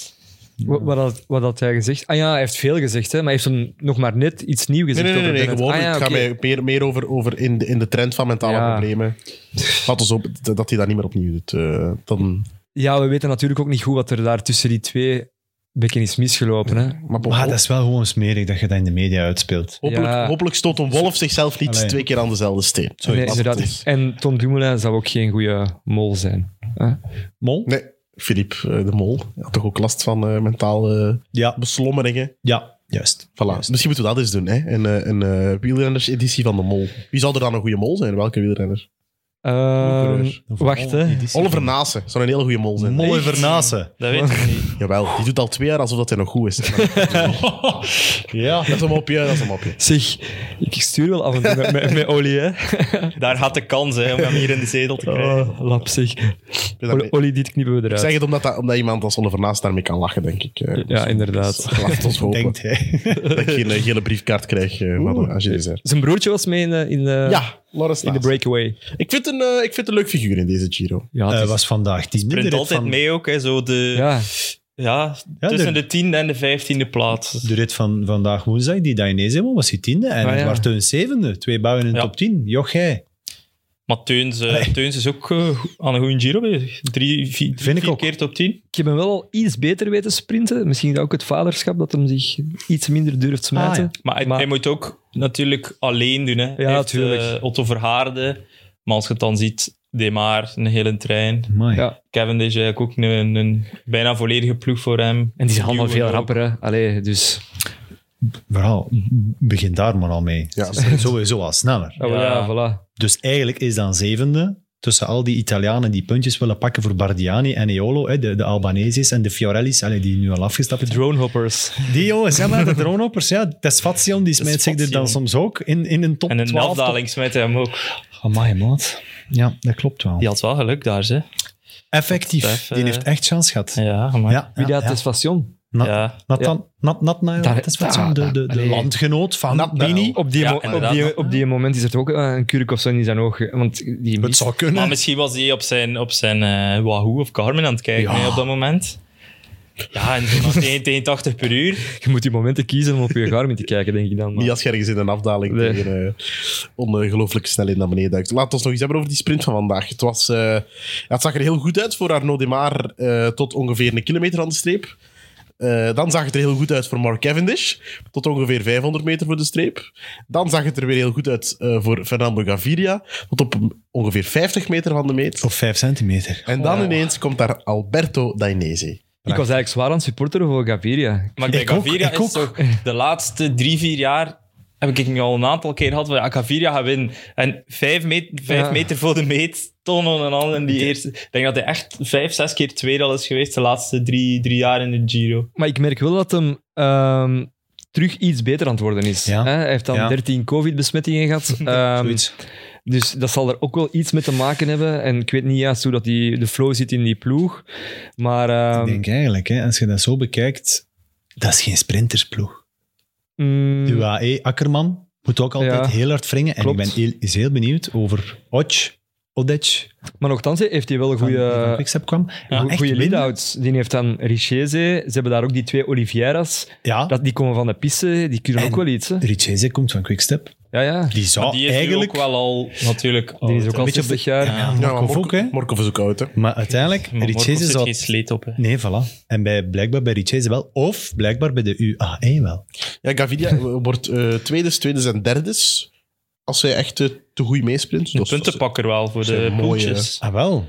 Wat had hij gezegd? Hij heeft veel gezegd, hè, maar hij heeft hem nog maar net iets nieuws gezegd. Nee, over Bennett. gewoon. Het gaat oké. mij meer over in de trend van mentale problemen. Wat dus op dat hij dat niet meer opnieuw doet. Ja, we weten natuurlijk ook niet goed wat er daar tussen die twee bekken is misgelopen. Hè. Maar Maar dat is wel gewoon smerig dat je dat in de media uitspeelt. hopelijk stoot een wolf zichzelf niet Allee. 2 keer aan dezelfde steen. Nee, Wat het inderdaad. is. En Tom Dumoulin zou ook geen goede mol zijn. Hè? Mol? Nee, Philippe de Mol had toch ook last van mentale Ja. beslommeringen. Ja, juist. Voilà. Misschien moeten we dat eens doen, hè? Een wielrenners-editie van de Mol. Wie zou er dan een goede mol zijn? Welke wielrenner? Wacht, hè. Oliver Nase zou een hele goede mol zijn. Molle Vernassen. Dat weet ik niet. Jawel, die doet al 2 jaar alsof dat hij nog goed is. Ja. Dat is een mopje. Zeg, ik stuur wel af en toe met Oli, hè. Daar gaat de kans hè, om hem hier in de zetel te krijgen. Oh, lap, zeg. Oli, dit knippen we Ik eruit. zeg het omdat iemand als Oliver Nase daarmee kan lachen, denk ik. Ja, inderdaad. Dus laat ons hopen Denkt hij. dat ik geen gele briefkaart krijg van Agilizer. Zijn broertje was mee in de Laurens in de Nase. breakaway. Ik vind een leuk figuur in deze Giro. Ja, het is- was vandaag 10e. Sprint altijd mee ook, hè, zo tussen de 10e en de 15e plaats. De rit van vandaag woensdag, die Dainese won, was hij 10e. En het was toen 7e. 2 buien in de top 10. Joch, jij. Maar Teuns is ook aan een goede Giro bezig. 3-4 keer top 10. Ik heb hem wel al iets beter weten sprinten. Misschien ook het vaderschap dat hem zich iets minder durft smijten. Ah, Maar hij moet ook natuurlijk alleen doen. Hè. Hij heeft, tuurlijk. Otto Verhaarde. Maar als je het dan ziet, Demar, een hele trein. Amai. Ja. Cavendish eigenlijk ook een bijna volledige ploeg voor hem. En die zijn allemaal veel Nieuwe ook. rapper. Hè. Allee, dus... Vooral, begin daar maar al mee. Ja. Ze zijn sowieso al sneller. Ja, voilà. Dus eigenlijk is dan 7e tussen al die Italianen die puntjes willen pakken voor Bardiani en Eolo, hè, de Albanesis en de Fiorellis, die nu al afgestapt zijn. Dronehoppers. Die jongens, ja, maar de dronehoppers, ja. Tesfatsion, die smijt zich er dan soms ook in een top En een 12. afdaling smijt hij hem ook. Amai, maat. Ja, dat klopt wel. Die had wel geluk daar, hè. Effectief. Stef, Die heeft echt chance gehad. Ja, maar... Ja, Wie ja, dat ja. is Fassion? Natnael, Daar- de allee. landgenoot van Bini. Op die, Ja, op inderdaad. op die moment is er toch ook een kurk of zo in zijn oog. Want die Het mist- zou kunnen. Maar misschien was hij op zijn Wahoo of Garmin aan het kijken Ja. hè, op dat moment. Ja, en toen tegen 80 per uur. je moet die momenten kiezen om op je Garmin te kijken, denk ik dan. Maar- Niet als je ergens in een afdaling Nee. tegen ongelooflijk snel in naar beneden duikt. Laat ons nog eens hebben over die sprint van vandaag. Het zag er heel goed uit voor Arnaud Démare tot ongeveer 1 kilometer aan de streep. Dan zag het er heel goed uit voor Mark Cavendish, tot ongeveer 500 meter voor de streep. Dan zag het er weer heel goed uit voor Fernando Gaviria, tot op ongeveer 50 meter van de meet. Of 5 centimeter. En dan ineens komt daar Alberto Dainese. Ik was eigenlijk zwaar aan het supporteren voor Gaviria. Maar bij Ik ook, Gaviria ik is ook. toch de laatste 3-4 jaar heb ik nu al een aantal keer gehad van Gaviria gaat winnen. En 5 meter voor de meet tonen en al in die eerste. Ik denk dat hij echt 5-6 keer tweede al is geweest de laatste drie jaar in de Giro. Maar ik merk wel dat hem terug iets beter aan het worden is. Ja. Hè? Hij heeft dan Ja. 13 COVID-besmettingen gehad. Zoiets. Dus dat zal er ook wel iets mee te maken hebben. En ik weet niet juist hoe dat de flow zit in die ploeg. Maar Ik denk eigenlijk, hè, als je dat zo bekijkt, dat is geen sprintersploeg. De UAE Akkerman moet ook altijd Ja, heel hard wringen. En klopt. ik ben heel benieuwd over Odec, maar nogthans heeft hij wel een die van goede Quickstep kwam. Maar echt winnen? lead-outs. Die heeft dan Richese. Ze hebben daar ook die 2 Oliveiras. Ja, Die komen van de piste. Die kunnen En ook wel iets. Hè? Richese komt van Quickstep. Ja. Die zou Maar die is eigenlijk... nu ook wel al natuurlijk... Die is ook al beetje 60 jaar. Ja, Ja, Markov ook, hè. Markov is ook oud, hè. Maar uiteindelijk, Maar Marcos Richese zit zou... geen sleet op. Hè. Nee, voilà. En blijkbaar bij Richese wel. Of blijkbaar bij de UAE wel. Ja, Gaviria wordt tweedes en derdes als hij echt te goed meesprint. Een puntenpakker wel voor de zijn mooie- poeltjes. Ah, wel.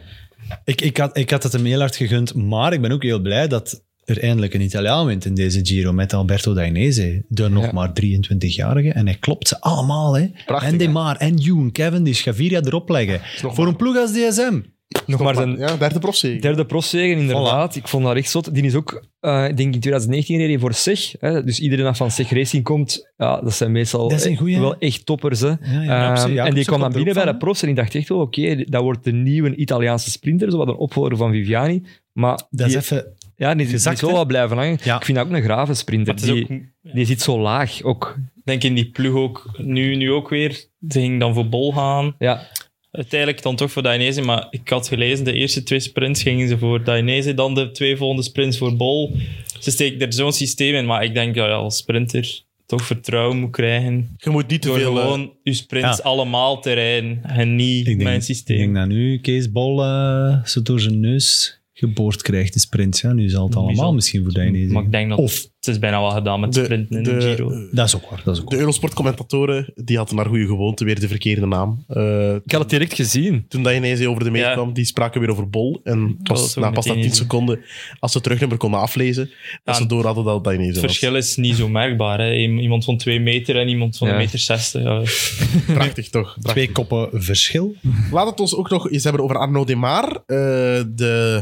Ik had het hem heel hard gegund, maar ik ben ook heel blij dat er eindelijk een Italiaan wint in deze Giro met Alberto Dainese. De nog maar 23-jarige. En hij klopt ze allemaal. Hè. Prachtig, En hè? Demar, en Yoon, Cavendish, Gaviria erop leggen. nog Voor een ploeg als DSM. Nog maar zijn derde profzege. derde profzege, inderdaad. Ik vond dat echt zot. Die is ook, ik denk in 2019 reed hij voor SEG. Hè? Dus iedereen dat van SEG Racing komt, ja, dat zijn meestal Dat zijn goeie, wel echt toppers. Hè? absoluut. En die zo kwam dan komt binnen er bij ook de van, profs en ik dacht echt wel, oké, dat wordt de nieuwe Italiaanse sprinter, zo wat een opvolger van Viviani. Maar Dat is die, even... ja, die gezakt, is wel hè? wat blijven hangen. Ja. Ik vind dat ook een grave sprinter. Maar het is ook, Die zit zo laag ook. denk in die ploeg ook, nu ook weer. Ze ging dan voor Bol gaan. Ja, Uiteindelijk dan toch voor Dainese, maar ik had gelezen, de eerste 2 sprints gingen ze voor Dainese, dan de 2 volgende sprints voor Bol. Ze steken er zo'n systeem in, maar ik denk dat je als sprinter toch vertrouwen moet krijgen Je moet niet te door veel... gewoon je sprints ja. allemaal te rijden en niet mijn Ik systeem. denk dat nu Kees Bol zo door zijn neus geboord krijgt, de sprint. Ja, nu zal het allemaal zal- misschien voor Dainese. Maar ik denk dat Of, het is bijna wel gedaan met sprinten in de Giro. dat is ook waar. Dat is ook De waar. Eurosport-commentatoren die hadden naar goede gewoonte weer de verkeerde naam. ik had het direct gezien. Toen Dainese over de meet Ja. kwam, die spraken weer over Bol. En het Dat was was ook na pas na meteen 10 iets. seconden, als ze het terugnummer konden aflezen, dat Ja, ze door hadden dat het Dainese Het was. verschil is niet zo merkbaar. Hè. Iemand van 2 meter en iemand van Ja. 1,60 meter. Ja. Prachtig, toch? Prachtig. 2 koppen verschil. Laat het ons ook nog eens hebben over Arnaud Démare. De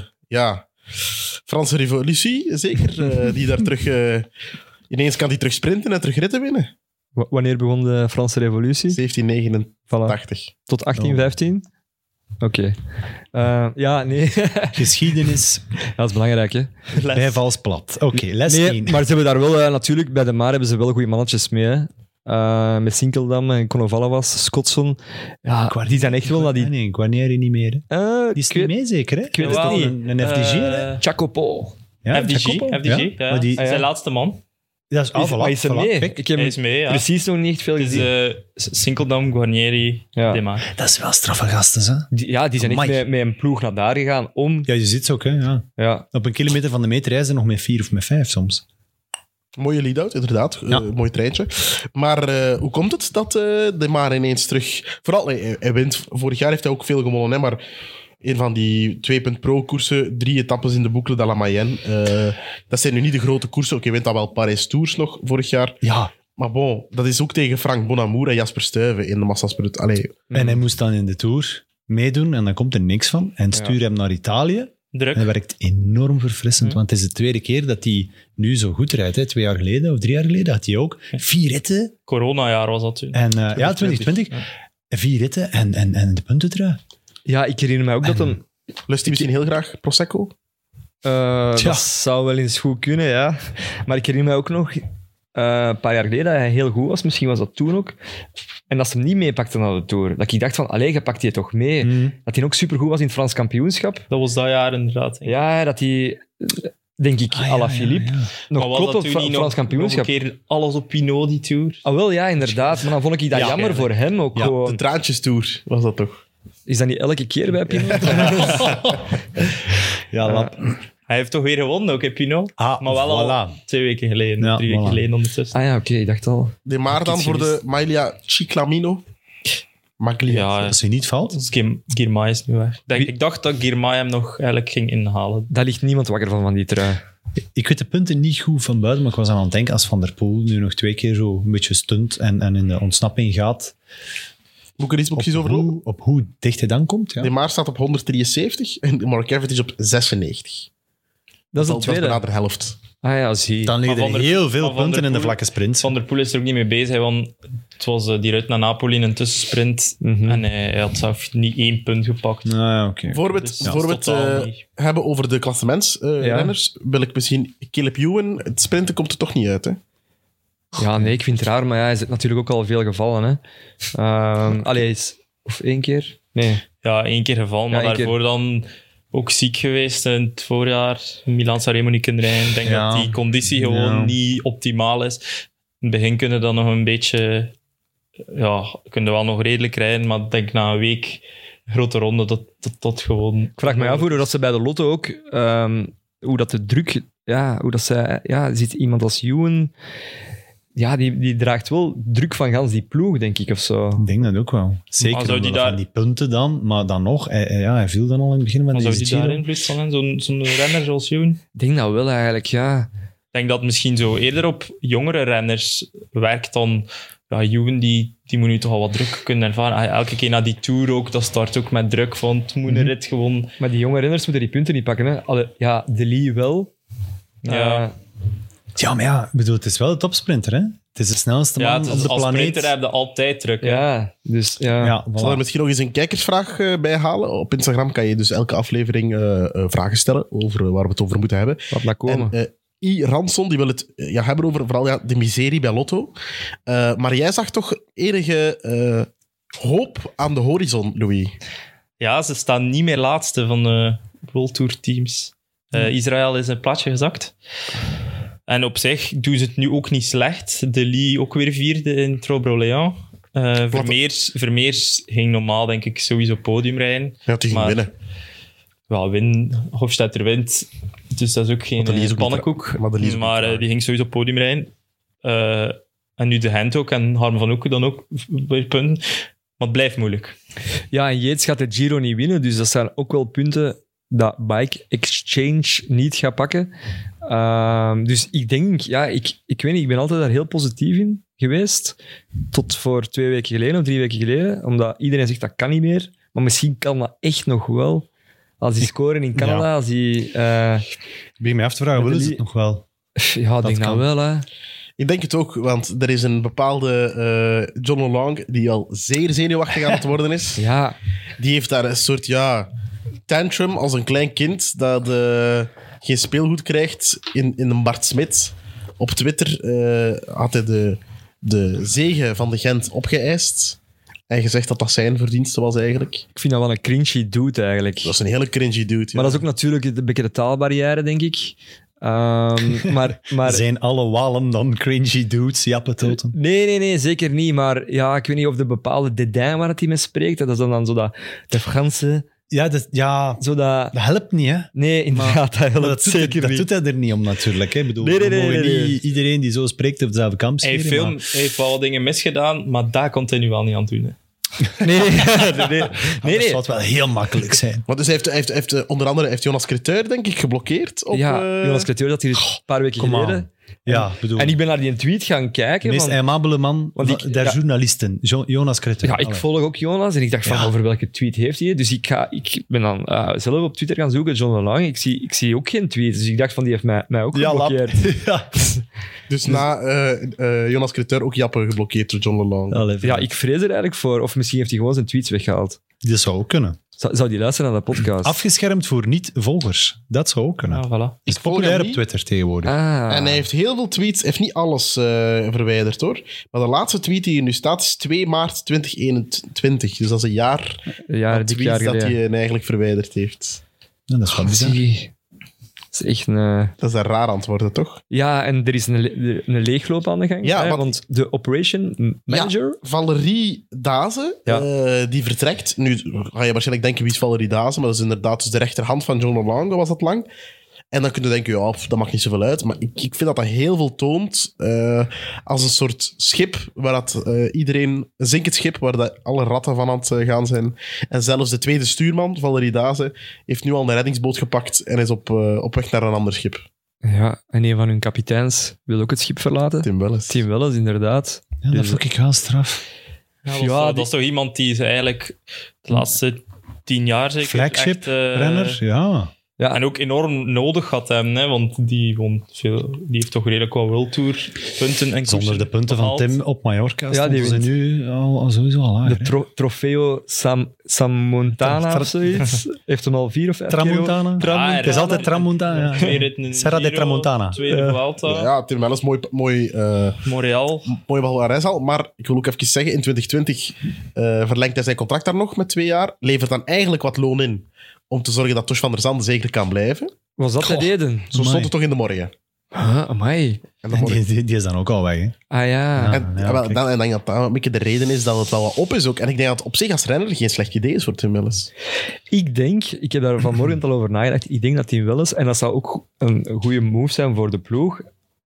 Franse revolutie, zeker. Die daar terug... ineens kan hij terug sprinten en terug ritten winnen. Wanneer begon de Franse revolutie? 1789. Voilà. Tot 1815? Oké. Ja, nee. Geschiedenis Dat is belangrijk, hè? bij vals plat. Oké, les Nee, 1. maar ze hebben daar wel... natuurlijk, bij de Maar hebben ze wel goede mannetjes mee, hè. Met Sinkeldam en Konovalovas, Scottson. Ja, die zijn echt wel naar die... Nee, Guarnieri niet meer. Hè. Die is ik niet weet- mee, zeker? Hè? ik weet het Dat is niet. Een FDG, hè? Chacopo. Ja, FDG, Jacopo. FDG, Ja. ja. Maar die, Zijn laatste man. dat is, Maar is er mee? kijk. Ik heb Hij is mee, ja. precies nog niet echt veel Het is gezien. Sinkeldam, Guarnieri, Ja. Démare. Dat is wel straffe gasten, hè? Die zijn echt Amai. met een ploeg naar daar gegaan om... Ja, je ziet ze ook, hè? Ja. Ja, Op een kilometer van de meet reizen nog met 4 of met 5 soms. Mooie lead-out, inderdaad. Ja. Mooi treintje. Maar hoe komt het dat Démare ineens terug... Vooral, hij wint. Vorig jaar heeft hij ook veel gewonnen, hè, maar een van die 2.pro-koersen, 3 etappes in de Boucle de la Mayenne. Dat zijn nu niet de grote koersen. Oké, hij wint dat wel Parijs-Tours nog vorig jaar. Ja. Maar bon, dat is ook tegen Frank Bonamour en Jasper Stuyven in de massasprint. Allee, En hij moest dan in de Tour meedoen en dan komt er niks van. En stuur hem naar Italië. Druk. En dat werkt enorm verfrissend, want het is de tweede keer dat hij nu zo goed rijdt. Hè. 2 jaar geleden of 3 jaar geleden had hij ook 4 ritten. Coronajaar was dat toen. En, 2020. 4 ritten en de puntentrui. ja, ik herinner mij ook dat hem... lust hij misschien heel graag Prosecco? Tja. Dat zou wel eens goed kunnen, ja. Maar ik herinner mij ook nog... een paar jaar geleden dat hij heel goed was. Misschien was dat toen ook. En dat ze hem niet meepakten naar de Tour. Dat ik dacht van, allee, je pakt die toch mee. Dat hij ook supergoed was in het Frans kampioenschap. Dat was dat jaar inderdaad. Denk ik. Ja, dat hij, denk ik, à la Philippe, nog Maar was klopt dat op toen het niet Frans kampioenschap. nog een keer alles op Pinot, die Tour? Ah, wel, ja, inderdaad. Maar dan vond ik dat Ja, jammer voor hem ook Ja, gewoon. De Traantjestour was dat toch? Is dat niet elke keer bij Pinot? Ja, lap. Hij heeft toch weer gewonnen, ook in Pinot? Ah, Maar wel al voilà. 2 weken geleden, Ja, 3 weken voilà. geleden ondertussen. Ah ja, oké, ik dacht al. Démare dan iets voor de gemist. Maglia Ciclamino. Maglia. Ja, Als hij niet valt. dus Girmay is nu weg. Ik dacht dat Girmay hem nog eigenlijk ging inhalen. Daar ligt niemand wakker van die trui. Ik weet de punten niet goed van buiten, maar ik was aan het denken, als Van der Poel nu nog 2 keer zo een beetje stunt en in de ontsnapping gaat, Moet ik er iets precies over lopen? op hoe dicht hij dan komt. Ja. Démare staat op 173 en Mark Cavendish op 96. Dat is de Dat is tweede. bijna de helft. Ah ja, zie. Dan liggen Maar er Van der- heel veel maar Van punten der in de Poel- vlakke sprints. Van der Poel is er ook niet mee bezig, want het was die rit naar Napoli in een tussensprint. Mhm. En hij had zelf niet 1 punt gepakt. Nou ja, oké. Voor we Dus het, voor we het totaal niet. hebben over de klassementsrenners, wil ik misschien Caleb Ewan... Het sprinten komt er toch niet uit, hè? Ja, nee, ik vind het raar, maar ja, hij zit natuurlijk ook al veel gevallen. Hè. Allee, hij is... Of 1 keer? Nee. Ja, 1 keer gevallen, maar Ja, één daarvoor dan ook ziek geweest in het voorjaar. Milan-Sanremo niet kunnen rijden. Ik denk Ja. dat die conditie gewoon Ja. niet optimaal is. In het begin kunnen dan nog een beetje... Ja, kunnen wel nog redelijk rijden, maar ik denk na een week grote ronde dat gewoon... Ik vraag me af hoe dat ze bij de Lotto ook... hoe dat de druk... Ja, hoe dat ze... Ja, ziet iemand als Ewan... Ja, die draagt wel druk van gans die ploeg, denk ik, of zo. Ik denk dat ook wel. Maar Zeker zou die omwille van daar- die punten dan, maar dan nog, hij viel dan al in het begin van Maar zou deze die daar Giro. invloed van hebben? Zo'n renner zoals Ewan? Ik denk dat wel, eigenlijk, ja. Ik denk dat het misschien zo eerder op jongere renners werkt dan Juwen die moet nu toch al wat druk kunnen ervaren. Elke keer naar die Tour ook, dat start ook met druk van het moet een rit gewoon. Maar die jonge renners moeten die punten niet pakken. Hè? De Lee wel. Ja. Ja, maar ja, ik bedoel, het is wel de topsprinter, hè? Het is de snelste man Het is, op de als planeet. sprinter heb je altijd druk. Hè. Ja, dus ja. Ja, Ik zal er voilà. misschien nog eens een kijkersvraag bij halen. Op Instagram kan je dus elke aflevering vragen stellen over waar we het over moeten hebben. Laat maar komen. En I. Ranson die wil het hebben over vooral de miserie bij Lotto. Maar jij zag toch enige hoop aan de horizon, Louis? Ja, ze staan niet meer laatste van de World Tour teams. Israël is een plaatsje gezakt. En op zich doen ze het nu ook niet slecht. De Lee ook weer vierde in Trobre-Orléans. Vermeers ging normaal, denk ik, sowieso podium rijden. Ja, die ging winnen. Ja, Hofstetter wint. Dus dat is ook Want de Lee is geen ook pannenkoek. niet- maar de Lee is ook niet traag. Die ging sowieso podium rijden. En nu de Gent ook. En Harm van Oeken dan ook weer punten. Maar het blijft moeilijk. Ja, en Yates gaat de Giro niet winnen, dus dat zijn ook wel punten dat Bike Exchange niet gaat pakken. Dus ik denk, ik weet niet, ik ben altijd daar heel positief in geweest. Tot voor 2 weken geleden of 3 weken geleden. Omdat iedereen zegt dat kan niet meer. Maar misschien kan dat echt nog wel. Als die scoren in Canada, Ja. als die... Ik begin mij af te vragen, Met de willen ze Lee- het nog wel? ja, ik denk kan. nou wel, hè. Ik denk het ook, want er is een bepaalde John O'Long die al zeer zenuwachtig aan het worden is. Ja, Die heeft daar een soort tantrum als een klein kind dat geen speelgoed krijgt in een Bart Smit. Op Twitter had hij de zege van de Gent opgeëist en gezegd dat dat zijn verdienste was eigenlijk. ik vind dat wel een cringy dude eigenlijk. Dat is een hele cringy dude. Maar dat is ook natuurlijk een beetje de taalbarrière, denk ik. Maar Zijn alle Walen dan cringy dudes, jappetoten? nee, zeker niet. Maar ja, ik weet niet of de bepaalde dédain waar het hij mee spreekt, dat is dan zo dat de Franse... Ja, Zo dat... dat helpt niet, hè? Nee, inderdaad, dat helpt Maar dat zeker dat niet. doet hij er niet om, natuurlijk. Hè? Ik bedoel, Nee. we mogen niet iedereen die zo spreekt op dezelfde kamp Hij scheren. heeft wel wat dingen misgedaan, maar daar komt hij nu wel niet aan toe. Hè. Nee. Dat zou het wel heel makkelijk zijn. Maar dus hij heeft onder andere heeft Jonas Creteur, denk ik, geblokkeerd. Op, Ja, Jonas Creteur dat hier een paar weken Come on. geleden. Ja, bedoel, En ik ben naar die tweet gaan de kijken. meest Van, aimabele man der journalisten, Jonas Creteur. ja, ik volg ook Jonas en ik dacht van over welke tweet heeft hij. Dus ik ben dan zelf op Twitter gaan zoeken, John Lang. Ik zie ook geen tweet. Dus ik dacht van die heeft mij ook geblokkeerd. Ja. Dus na Jonas Creteur ook Jappe geblokkeerd door John LeLong. Ja, ik vrees er eigenlijk voor. Of misschien heeft hij gewoon zijn tweets weggehaald. Dat zou ook kunnen. Zou die luisteren naar de podcast? Afgeschermd voor niet-volgers. Dat zou ook kunnen. Ja, voilà. Is Ik volg populair hem op niet. Twitter tegenwoordig. Ah. En hij heeft heel veel tweets, heeft niet alles verwijderd hoor. Maar de laatste tweet die hier nu staat is 2 maart 2021. Dus dat is een jaar Ja, aan 3 tweets jaar dat geleden. hij eigenlijk verwijderd heeft. Ja, dat is wel bizar. Dat is echt een... Dat is een raar antwoorden, toch? Ja, en er is een leegloop aan de gang. Ja, hè, want- want de operation manager... Valerie Daze, Ja. die vertrekt. Nu ga je waarschijnlijk denken, wie is Valerie Daze? Maar dat is inderdaad dus de rechterhand van John Long, was dat lang. En dan kun je denken, ja, dat maakt niet zoveel uit. Maar ik vind dat heel veel toont als een soort schip waar dat iedereen... Een zinkend schip waar dat alle ratten van aan het gaan zijn. En zelfs de tweede stuurman, Valerie Daze, heeft nu al een reddingsboot gepakt en is op weg naar een ander schip. Ja, en een van hun kapiteins wil ook het schip verlaten. Tim Welles. Tim Welles, inderdaad. Ja, dat vond ik wel straf. Ja, dat is toch iemand die is eigenlijk de laatste 10 jaar zeker Flagship echt, renner, ja. Ja, En ook enorm nodig had hem, hè, want die heeft toch redelijk wat World Tour punten en Zonder koersen de punten van behaald. Tim op Mallorca Ja, die stonden ze wint. nu al sowieso al lager. de Trofeo Sammontana of zoiets. Heeft hem al 4 of 5 Tramontana? Ah, Het is altijd Tramontana. Ja. Twee ritten in Serra de Giro, Tramontana. Tweede Vuelta, Ja, Tim Welles, mooi Montreal. mooi palmarès al. Maar ik wil ook even zeggen, in 2020 verlengt hij zijn contract daar nog met 2 jaar. Levert dan eigenlijk wat loon in om te zorgen dat Tosh van der Zande zeker kan blijven. Was dat de reden? Zo stond het toch in de morgen. Amai. En dan morgen. Die is dan ook al weg. Hè. Ah ja. En, ja, wel, kijk. dan, en dan dat dat een beetje de reden is dat het wel wat op is ook. En ik denk dat het op zich als renner geen slecht idee is voor Tim Welles. Ik heb daar vanmorgen al over nagedacht, ik denk dat hij wel eens, en dat zou ook een goede move zijn voor de ploeg,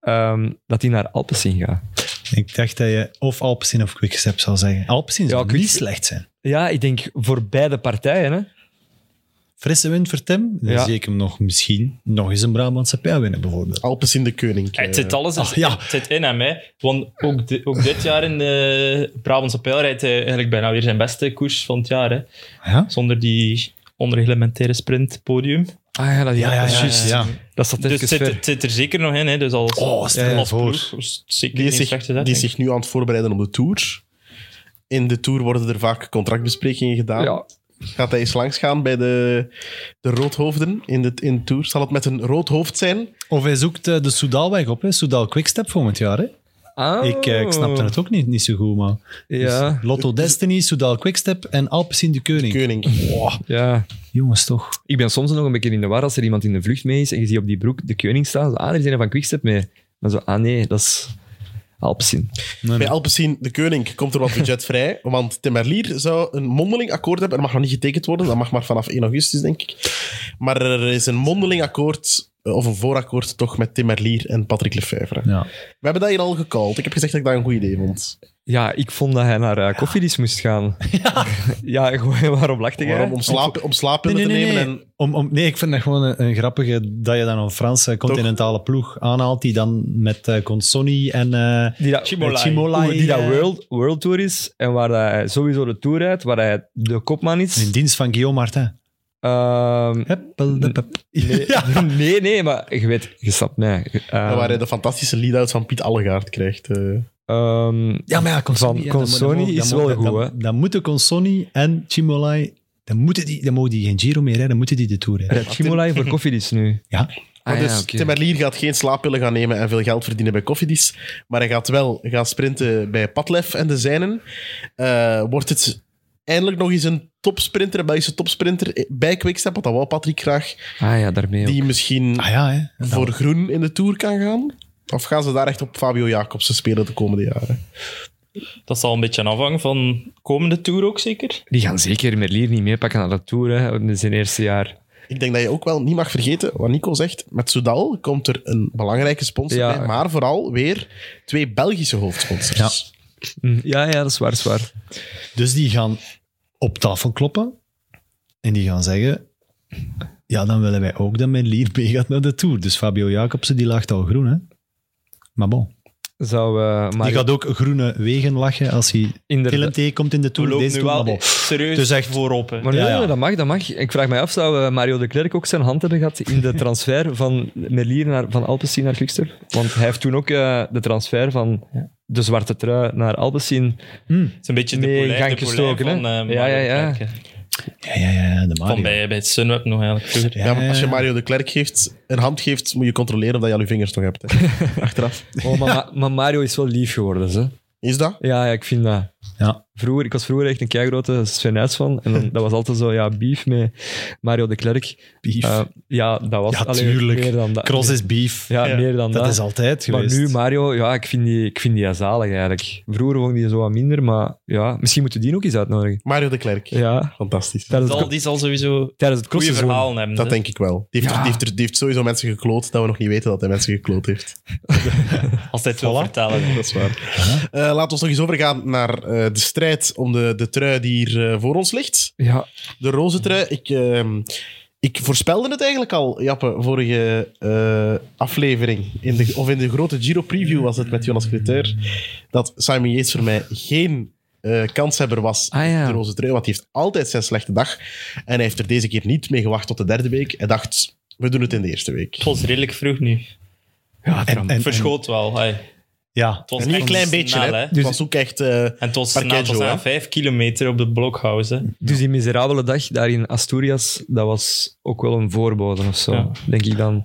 dat hij naar Alpecin gaat. Ik dacht dat je of Alpecin of Quickstep zou zeggen. Alpecin zou niet Quickstep. slecht zijn. Ja, ik denk voor beide partijen. Hè. frisse wint voor Tim, dan Ja. zie ik hem misschien nog eens een Brabantse pijl winnen, bijvoorbeeld. Alpes in de Koning. Het zit alles ja. het zit in hem. Hè. Want ook dit jaar in de Brabantse Pijl rijdt hij eigenlijk bijna weer zijn beste koers van het jaar. Hè. Ja? Zonder die onreglementaire sprintpodium. Ah ja, dat is juist. ja. Dat staat Dus even het zit er zeker nog in. Hè. Dus als stel je als voor. ploeg is het zeker Die niet is, een zich, slechte die is zet. zich nu aan het voorbereiden op de Tour. In de Tour worden er vaak contractbesprekingen gedaan. Ja. Gaat hij eens langsgaan bij de roodhoofden in de Tour? Zal het met een rood hoofd zijn? Of hij zoekt de Soudalweg op, hè. Soudal Quickstep volgend jaar. Hè. Ah. Ik snapte het ook niet zo goed, maar... Ja, Dus Lotto Destiny, Soudal Quickstep en Alpecin de Koning. Koning. ja. Jongens, toch. Ik ben soms nog een beetje in de war als er iemand in de vlucht mee is en je ziet op die broek de Koning staan. Zo, er is een van Quickstep mee. Dan zo, nee, dat is Alpecin. Nee. Bij Alpecin de Koning komt er wat budget vrij, want Tim Merlier zou een mondeling akkoord hebben. Er mag nog niet getekend worden, dat mag maar vanaf 1 augustus, denk ik. Maar er is een mondeling akkoord, of een voorakkoord toch, met Tim Merlier en Patrick Lefevre. Ja. We hebben dat hier al gecallt. Ik heb gezegd dat ik dat een goed idee vond. Ja, ik vond dat hij naar Koffiedis moest gaan. Ja, gewoon, waarom lachte jij? Waarom? Om slaappillen te nemen en... Nee, ik vind dat gewoon een grappige dat je dan een Franse continentale ploeg aanhaalt die dan met Consonni en Die dat, Chimolai, die dat World Tour is en waar hij sowieso de Tour rijdt, waar hij de kopman is. in dienst van Guillaume Martin. Nee, maar je snapt mij. waar hij de fantastische lead-out van Piet Allegaard krijgt. Ja, maar ja, Consonni, Van Consonni is wel goed, hè. Dan moeten Consonni en Chimolai, dan mogen die geen Giro meer rijden, dan moeten die de Tour rijden. Chimolai voor Koffiedis nu. Ja. Maar dus Tim Merlier gaat geen slaappillen gaan nemen en veel geld verdienen bij Koffiedis, maar hij gaat wel gaan sprinten bij Padlef en de zijnen. Wordt het eindelijk nog eens een topsprinter, een Belgische topsprinter bij Quickstep, want dat wou Patrick graag, Ah ja, daarmee ook. die misschien Ja, hè. voor groen in de Tour kan gaan? Of gaan ze daar echt op Fabio Jacobsen spelen de komende jaren? Dat zal een beetje afhangen van komende Tour ook zeker. Die gaan zeker Merlier niet meepakken naar de Tour hè, in zijn eerste jaar. Ik denk dat je ook wel niet mag vergeten wat Nico zegt. Met Soudal komt er een belangrijke sponsor Ja. bij, maar vooral weer 2 Belgische hoofdsponsors. Ja, dat is waar, is waar. Dus die gaan op tafel kloppen en die gaan zeggen, ja, dan willen wij ook dat Merlier meegaat naar de Tour. Dus Fabio Jacobsen, die lacht al groen, hè. Maar bon. Die gaat ook groene wegen lachen als hij Inderdaad. tegenkomt in de We Tour. lopen Deze nu Tour, wel maar bon. serieus Dus echt- voorop. Hè. Maar nee, Ja. dat mag. Ik vraag mij af, zou Mario de Klerk ook zijn hand hebben gehad in de transfer van Merlier van Alpecin naar Quickstep? Want hij heeft toen ook de transfer van de zwarte trui naar Alpecin. Het is een beetje de mee in Poulain gang gestoken, van hè? Mario Ja. de Klerk, hè. Ja, de Mario. Van bij het Sunweb nog eigenlijk vroeger. Ja, maar als je Mario de Klerk een hand geeft, moet je controleren of je al je vingers nog hebt. Hè. Achteraf. Oh, maar Mario is wel lief geworden, hè? Is dat? Ja, ik vind dat. Ja. Ik was vroeger echt een keigrote Sven Nys van. En dan, dat was altijd zo, beef met Mario de Klerk. Beef. Ja, dat was Ja, alleen tuurlijk. meer dan dat. Cross is beef. Ja, meer dan dat. Dat is altijd Maar geweest. nu, Mario, ik vind die zalig eigenlijk. Vroeger vond ik die zo wat minder, maar ja, misschien moeten we die ook eens uitnodigen. Mario de Klerk. Ja, Fantastisch. tijdens Die zal sowieso het goede crossseizoen. verhalen hebben. Dat hè. denk ik wel. Die heeft sowieso mensen gekloot dat we nog niet weten dat hij mensen gekloot heeft. Als hij het wil vertellen. Dat is waar. Laten we nog eens overgaan naar de strijd om de trui die hier voor ons ligt. Ja, De roze trui. Ik voorspelde het eigenlijk al, Jappe, vorige aflevering. In de grote Giro-preview was het met Jonas Creteur, dat Simon Yates voor mij geen kanshebber was Ah, ja. op de roze trui, want hij heeft altijd zijn slechte dag. En hij heeft er deze keer niet mee gewacht tot de 3e week. Hij dacht, we doen het in de eerste week. Het was redelijk vroeg nu. En- Verschoot wel. Hey. Ja. Het was En niet een echt klein beetje, snel, hè. hè. Het was ook echt... En het was Parkeggio, hè. 5 kilometer op de Blockhouse. Hè. dus die miserabele dag daar in Asturias, dat was ook wel een voorbode of zo, Ja. denk ik dan.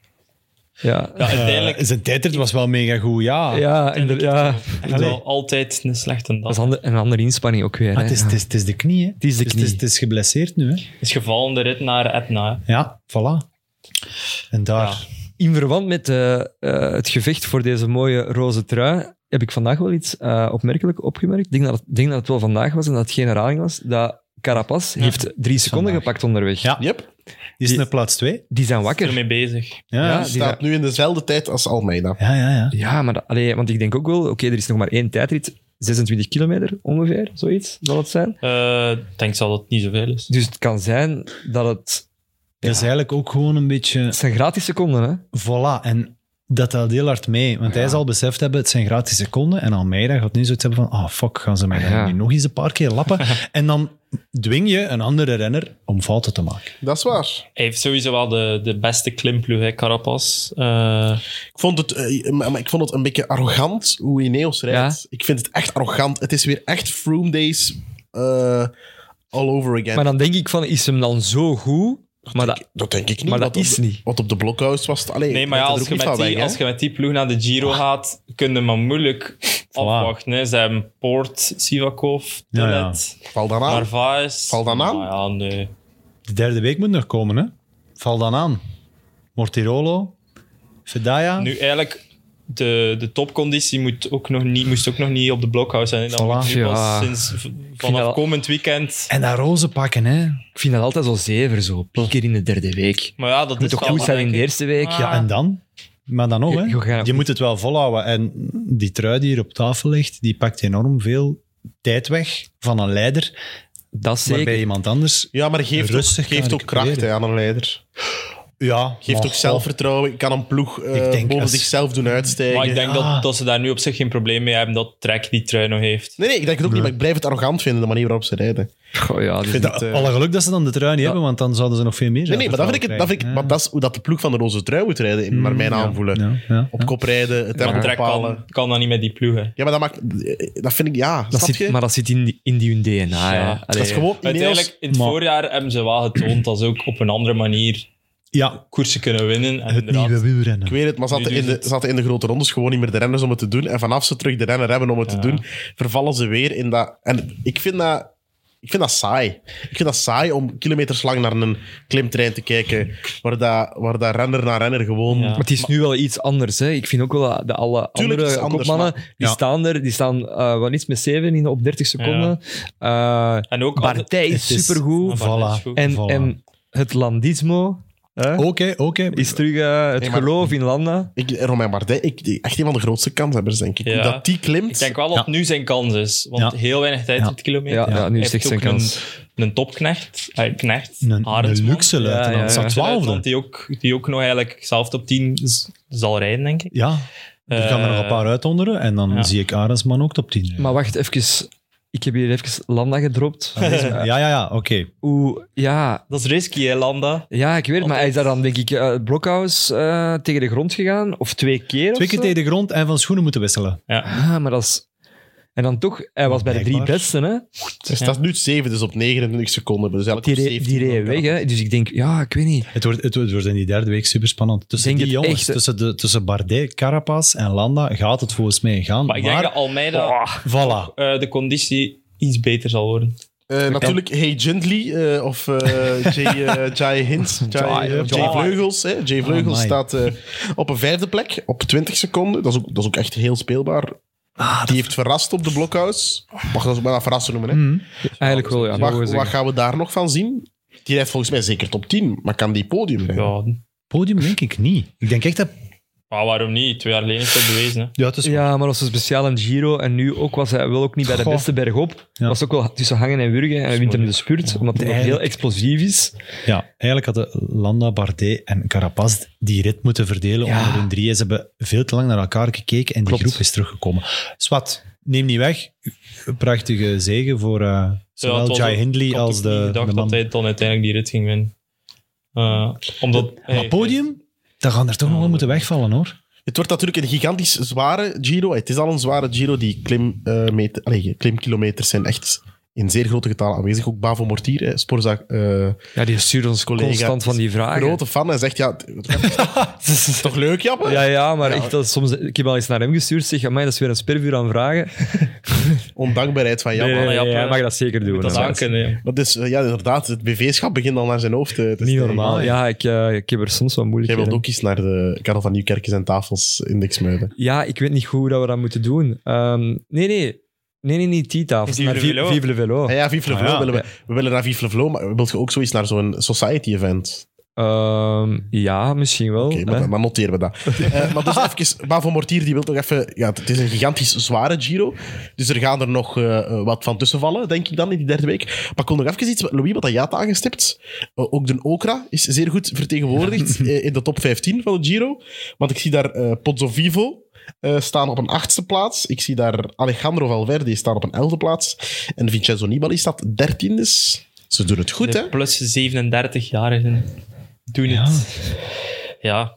Ja, Ja, uiteindelijk Zijn tijdrit was wel mega goed, ja. echt wel altijd een slechte dag. dat is een andere inspanning ook weer. Maar hè. het is de knie, hè. Het is de knie. Het is geblesseerd nu, hè. Is gevallen de rit naar Etna. Hè. Ja, voilà. En daar... In verband met het gevecht voor deze mooie roze trui heb ik vandaag wel iets opmerkelijk opgemerkt. Ik denk dat het wel vandaag was en dat het geen herhaling was. Dat Carapaz heeft 3 seconden Vandaag. gepakt onderweg. Ja. Yep. Die is naar plaats 2. Die zijn wakker. Ermee bezig. Ja, Ja, Hij staat nu in dezelfde tijd als Almeida. ja. Ja, maar want ik denk ook wel, oké, er is nog maar 1 tijdrit. 26 kilometer ongeveer, zoiets zal het zijn. Ik denk dat het niet zoveel is. Dus het kan zijn dat het... Dat is eigenlijk ook gewoon een beetje... Het zijn gratis seconden, hè? Voilà, en dat telt heel hard mee. Want hij zal beseft hebben, het zijn gratis seconden. En Almeida gaat nu zoiets hebben van, fuck, gaan ze mij dan nu nog eens een paar keer lappen? En dan dwing je een andere renner om fouten te maken. Dat is waar. Hij heeft sowieso wel de beste klimploeg, hè, Carapaz. Ik vond het een beetje arrogant hoe Ineos rijdt. Ja. Ik vind het echt arrogant. Het is weer echt Froome Days all over again. Maar dan denk ik van, is hem dan zo goed? Maar dat denk ik niet. maar dat want is op, niet. Want op de Blockhouse was het... Allee, Nee, maar ja, dat er ook niet van weg, hè. als je met die ploeg naar de Giro gaat, kun je maar moeilijk afwachten. Hè. Ze hebben Poort, Sivakov, Ja, ja. Telet, Val dan aan. Narvaez. Val dan aan? Maar ja, nee. De derde week moet nog komen, hè? Val dan aan. Mortirolo, Fedaya. Nu eigenlijk, de topconditie moest ook nog niet op de Blockhouse zijn. Hè. Dat Voilà. moet nu pas Ja. sinds dat vanaf al- komend weekend. En dat roze pakken, hè? Ik vind dat altijd zo zever, zo. Pieken in de derde week. Maar ja, dat Je moet is toch wel goed zijn in de denk ik. eerste week? Ja, en dan? Maar dan nog, hè? Je moet het wel volhouden. En die trui die hier op tafel ligt, die pakt enorm veel tijd weg van een leider, Dat is waarbij zeker. iemand anders... Ja, maar geeft Rustig ook, geeft kan ook kracht recupereren. hè, aan een leider. Ja, Geeft maar ook zelfvertrouwen. Kan een ploeg Ik denk boven als- zichzelf doen uitstijgen. Maar ik denk Ah. dat ze daar nu op zich geen probleem mee hebben dat Trek die trui nog heeft. Nee, ik denk het ook niet, maar ik blijf het arrogant vinden, de manier waarop ze rijden. Goh, ja, dus vind dat- het, eh, Alle geluk dat ze dan de trui niet hebben, want dan zouden ze nog veel meer Nee, maar dat vind ik, zelfvertrouwen maar dat is hoe dat de ploeg van de roze trui moet rijden, naar mijn aanvoelen. Ja. Op kop rijden, het tempo Maar Trek bepalen. kan dat niet met die ploegen. Ja, maar dat vind ik, ja, dat snap zit, je? maar dat zit in hun DNA. Ja. Ja. dat is gewoon Ineos. Uiteindelijk, in het Maar- voorjaar hebben ze wel getoond dat ze ook op een andere manier Ja, koersen kunnen winnen. En het inderdaad, nieuwe wielrennen. Ik weet het, maar ze Nu hadden doet het. zaten in de grote rondes gewoon niet meer de renners om het te doen. En vanaf ze terug de renner hebben om het te doen, vervallen ze weer in dat... En ik vind dat saai. Ik vind dat saai om kilometers lang naar een klimtrein te kijken, waar dat renner na renner gewoon... Ja. Maar het is nu wel iets anders. Hè. Ik vind ook wel dat alle Tuurlijk is het andere anders, kopmannen, die Ja. staan er. Die staan wel iets met 7 op 30 seconden. En ook Bardet is het is- supergoed. Voilà. En, Voilà. en het landismo hè, Oké. is terug het Nee, maar- geloof in Landa. Romain Bardet, echt een van de grootste kanshebbers, denk ik. Ja. Hoe dat die klimt... Ik denk wel dat het nu zijn kans is. Want Ja. heel weinig tijd Ja. op de kilometer. Ja, ja, nu Hij is het heeft echt zijn ook kans. Een topknecht. Knecht. Een Arendsman. luxe luitenant, Ja, ja, staat ja. 12e. Die ook nog eigenlijk zelf top 10 zal rijden, denk ik. Ja, er gaan er nog een paar uitonderen en dan ja. zie ik Arendsman ook top 10. Maar wacht even. Ik heb hier even Landa gedropt. Ja, oké. Ja, Dat is risky, hè, Landa. ja, ik weet het. Maar hij is daar dan, denk ik, Blockhouse tegen de grond gegaan. Of 2 keer. 2 of keer zo. tegen de grond en van schoenen moeten wisselen. Ah, maar dat is... En dan toch, hij was bij de 3 Blijkbaar. beste, hè. Hij staat nu 7, dus op 29 seconden. Dus Die, eigenlijk op 17 reed weg, hè. Dus ik denk, ja, ik weet niet. Het wordt in die derde week super spannend. Tussen Denk die het jongens, echt, tussen Bardet, Carapaz en Landa gaat het volgens mij gaan. Maar ik denk dat Almeida Voilà. de conditie iets beter zal worden. Natuurlijk Hey Gindley of Jay Hintz. Jay Vleugels. Jay Vleugels my. staat op een 5e plek, op 20 seconden. Dat is ook echt heel speelbaar. Die heeft verrast op de Blockhouse. Mag dat bijna verrassen noemen, hè? Eigenlijk wel, ja. mogen we Wat zeggen. gaan we daar nog van zien? Die rijdt volgens mij zeker top 10, maar kan die podium rijden? Ja, Podium denk ik niet. Ik denk echt dat... maar waarom niet? 2 jaar geleden is dat bewezen. Hè. Ja, het is Ja, maar dat was een speciaal een Giro. En nu ook was hij wel ook niet bij de Goh. beste bergop. Ja. Was ook wel tussen hangen en wurgen. En hij wint hem de spurt, omdat hij nog heel Eigenlijk- explosief is. Ja, eigenlijk hadden Landa, Bardet en Carapaz die rit moeten verdelen Ja. onder hun drieën. Ze hebben veel te lang naar elkaar gekeken en die Klopt. groep is teruggekomen. Swat, neem niet weg. Een prachtige zege voor zowel het was Jai ook- Hindley ik had als ook niet de gedacht man. dat hij dan uiteindelijk die rit ging winnen. Omdat... Maar podium, dan gaan er toch nog wel moeten wegvallen, hoor. Het wordt natuurlijk een gigantisch zware Giro. Het is al een zware Giro. Die klimkilometers zijn echt in zeer grote getallen aanwezig. Ook Bavo Mortier, hè, Sporza, Ja, die stuurt ons collega. constant van die vragen. grote fan. Hij zegt, ja, het is toch leuk, Jappe? Ja, maar echt, dat soms, ik heb al eens naar hem gestuurd. Zeg, amai, dat is weer een spervuur aan vragen. Ondankbaarheid van Jappe. Nee, Jappe, hij mag dat zeker doen. dat hè. aankunnen. Dat is, ja, inderdaad, het BV-schap begint al naar zijn hoofd te Niet stijgen. normaal. Ja, ik heb er soms wat Jij moeilijk wilt in. ook eens naar de Karel van Nieuwkerkens en Tafels index muiden. Ja, ik weet niet goed hoe dat we dat moeten doen. Nee, niet die tafels. Vive Maar le Velo. Vive le Velo. Ja, Vive le Ah, Velo ja. willen we willen naar Vive le Velo, maar wil je ook zoiets naar zo'n society-event? Ja, misschien wel. Oké, maar noteren we dat. Maar dus even, Bavo Mortier die wil toch even... Ja, het is een gigantisch zware Giro. Dus er gaan er nog wat van tussen vallen, denk ik dan, in die derde week. Maar ik kon nog even iets... Louis, wat jij had aangestipt. Ook de Okra is zeer goed vertegenwoordigd in de top 15 van de Giro. Want ik zie daar Pozzovivo staan op een 8e plaats. Ik zie daar Alejandro Valverde staan op een 11e plaats. En Vincenzo Nibali staat 13e. Ze doen het goed, hè? Plus 37-jarigen doen het. Ja.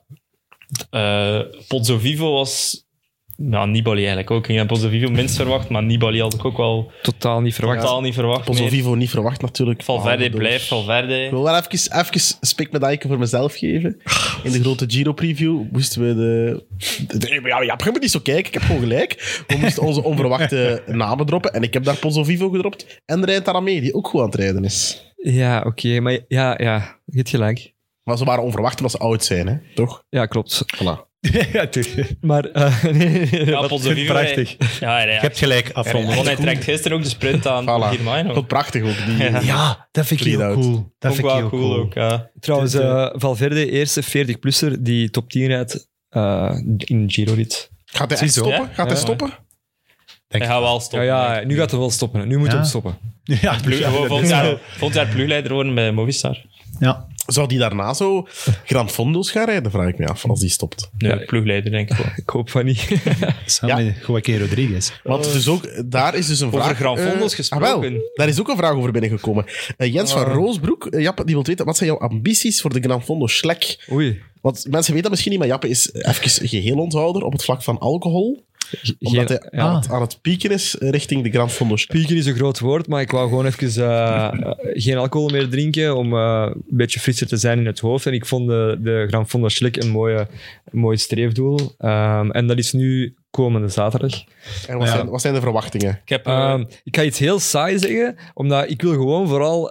Pozzovivo was... Ja, Nibali eigenlijk ook. Ik heb Pozzovivo minst verwacht, maar Nibali had ik ook wel Totaal niet verwacht. totaal niet verwacht. Pozzovivo niet verwacht natuurlijk. Valverde Dus- blijft Valverde. Ik wil wel even spekmedaille voor mezelf geven. In de grote Giro-preview moesten we ja, je moet niet zo kijken, ik heb gewoon gelijk. We moesten onze onverwachte namen droppen. En ik heb daar Pozzovivo gedropt. En Rijn Taramé, die ook goed aan het rijden is. Ja, oké. Maar ja, je hebt gelijk. Maar ze waren onverwacht omdat ze oud zijn, hè? Toch? Ja, klopt. Voilà. Ja, tuurlijk. Maar nee. Ja, Pozzovivo. Prachtig. Ja, Je hebt gelijk, afronden. Want hij trekt gisteren ook de sprint aan Voilà. Girmay. Wat prachtig ook. Die, Ja, dat vind ik heel Clean-out. cool. Dat Ook vind ik wel heel cool ook, ja. Trouwens, Valverde, eerste 40-plusser die top 10 rijdt in Giro-rit. Gaat hij echt Ziezo. stoppen? Ja? Gaat hij Ja. stoppen? Hij gaat wel stoppen. Ja, nu gaat hij wel stoppen. Nu moet Ja. hij stoppen. Ja, Volgend jaar ploegleider worden bij Movistar. ja. Zou die daarna zo Gran Fondo's gaan rijden, vraag ik me af, als die stopt. Ja, Ja. ploegleider, denk ik wel. Ik hoop van niet. Samen met Joaquin Rodriguez. Want dus ook, daar is dus een Over vraag... Gran Fondo's gesproken. wel, daar is ook een vraag over binnengekomen. Jens van Roosbroek, Jappe, die wil weten, wat zijn jouw ambities voor de Gran Fondo Schlek? Oei. Want mensen weten dat misschien niet, maar Jappe is even geheel onthouder op het vlak van alcohol. Omdat hij aan het pieken is richting de Gran Fondo Schlek. Pieken is een groot woord, maar ik wou gewoon even geen alcohol meer drinken om een beetje frisser te zijn in het hoofd. En ik vond de Gran Fondo Schlek een mooi streefdoel. En dat is nu komende zaterdag. En wat zijn de verwachtingen? Ik heb Ik ga iets heel saai zeggen, omdat ik wil gewoon vooral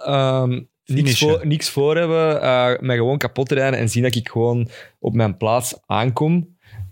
niks voor hebben, mij gewoon kapot rijden en zien dat ik gewoon op mijn plaats aankom.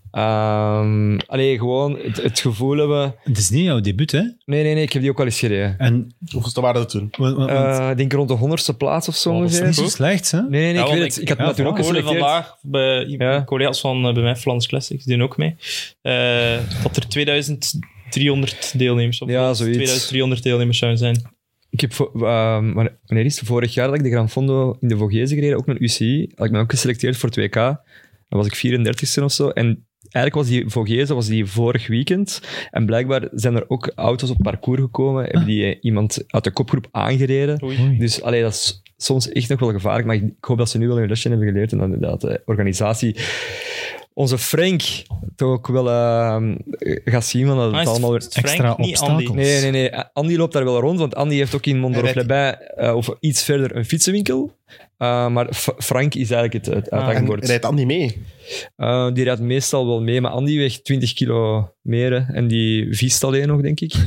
Gewoon het gevoel hebben... Het is niet jouw debuut, hè? Nee, ik heb die ook al eens gereden. En, Hoeveelste waren dat toen? Ik denk rond de 100ste plaats of zo Oh, dat is ongeveer. niet zo slecht, hè? Nee, Ja, ik want weet het. Ik had me toen ook hoorde geselecteerd. vandaag bij Ja. collega's van bij mij, Flanders Classics, die doen ook mee, dat er 2300 deelnemers of Ja, zoiets. 2300 deelnemers zouden zijn. Ik heb wanneer is het? Vorig jaar dat ik de Gran Fondo in de Vogezen gereden, ook een UCI. Had ik me ook geselecteerd voor 2K. Dan was ik 34ste of zo. En eigenlijk was die Vogezen vorig weekend. En blijkbaar zijn er ook auto's op parcours gekomen. Hebben die iemand uit de kopgroep aangereden. Oei. Dus dat is soms echt nog wel gevaarlijk. Maar ik hoop dat ze nu wel hun lesje hebben geleerd. En dat inderdaad de organisatie... Onze Frank toch ook wel gaat zien van dat het allemaal weer... Frank, extra niet Andy. obstakels. Nee. Andy loopt daar wel rond, want Andy heeft ook in Mondorf-les-Bains of iets verder een fietsenwinkel. Maar Frank is eigenlijk het En uithangbord. rijdt Andy mee? Die rijdt meestal wel mee, maar Andy weegt 20 kilo meer. Hè, en die viest alleen nog, denk ik.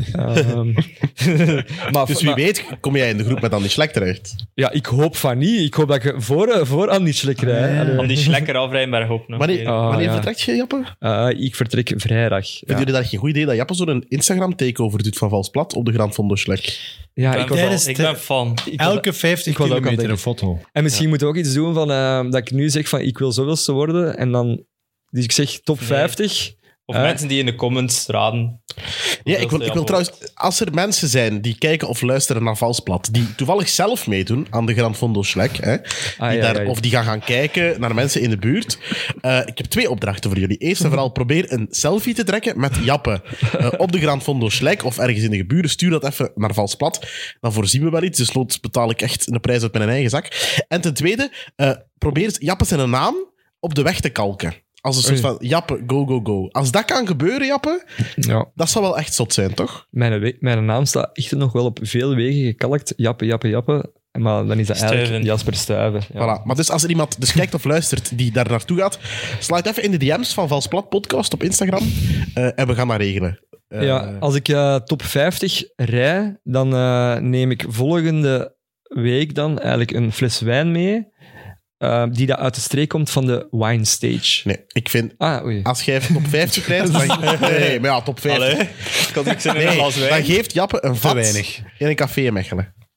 Dus wie weet, kom jij in de groep met Andy Schlek terecht. Ja, ik hoop van niet. Ik hoop dat ik voor Andy Schlek rijd. Allee. Andy Schlekker afrijden bij Hoop nog. Wanneer ja. vertrekt je, Jappe? Ik vertrek vrijdag. Vinden jullie dat geen goed idee dat Jappe zo'n Instagram-takeover doet van Vals Plat op de Gran Fondo Schlek? Ja, Ik ik ben was fan. Ik ben fan. Elke 50 ik was ook aan het kilometer een denken. foto. En misschien moeten we ook iets doen van dat ik nu zeg van ik wil zoveelste worden. En dan... Dus ik zeg top 50. Of mensen die in de comments raden. Ja, ik wil trouwens, als er mensen zijn die kijken of luisteren naar Valsplat, die toevallig zelf meedoen aan de Gran Fondo Schlek, hè, of die gaan kijken naar mensen in de buurt. Ik heb 2 opdrachten voor jullie. Eerst en vooral, probeer een selfie te trekken met Jappe op de Gran Fondo Schlek of ergens in de geburen. Stuur dat even naar Valsplat. Dan voorzien we wel iets. Dus nooit betaal ik echt een prijs uit mijn eigen zak. En ten tweede, probeer Jappe zijn naam op de weg te kalken. Als een soort van Jappe, go, go, go. Als dat kan gebeuren, Jappe, Ja. dat zou wel echt zot zijn, toch? Mijn naam staat echt nog wel op veel wegen gekalkt. Jappe. Maar dan is dat eigenlijk Stuyven. Jasper Stuyven. Ja. Voilà. Maar dus als er iemand kijkt of luistert die daar naartoe gaat, sluit even in de DM's van Valsplat Podcast op Instagram en we gaan dat regelen. Ja, als ik top 50 rij, dan neem ik volgende week dan eigenlijk een fles wijn mee, die dat uit de streek komt van de Wine Stage. Nee, ik vind, Oei. als jij top 50 rijdt, dan... Nee, maar ja, top 50. Allee, kan ik zin in een Nee, glas dan wijn? geeft Jappe een vat weinig. in een café in Mechelen.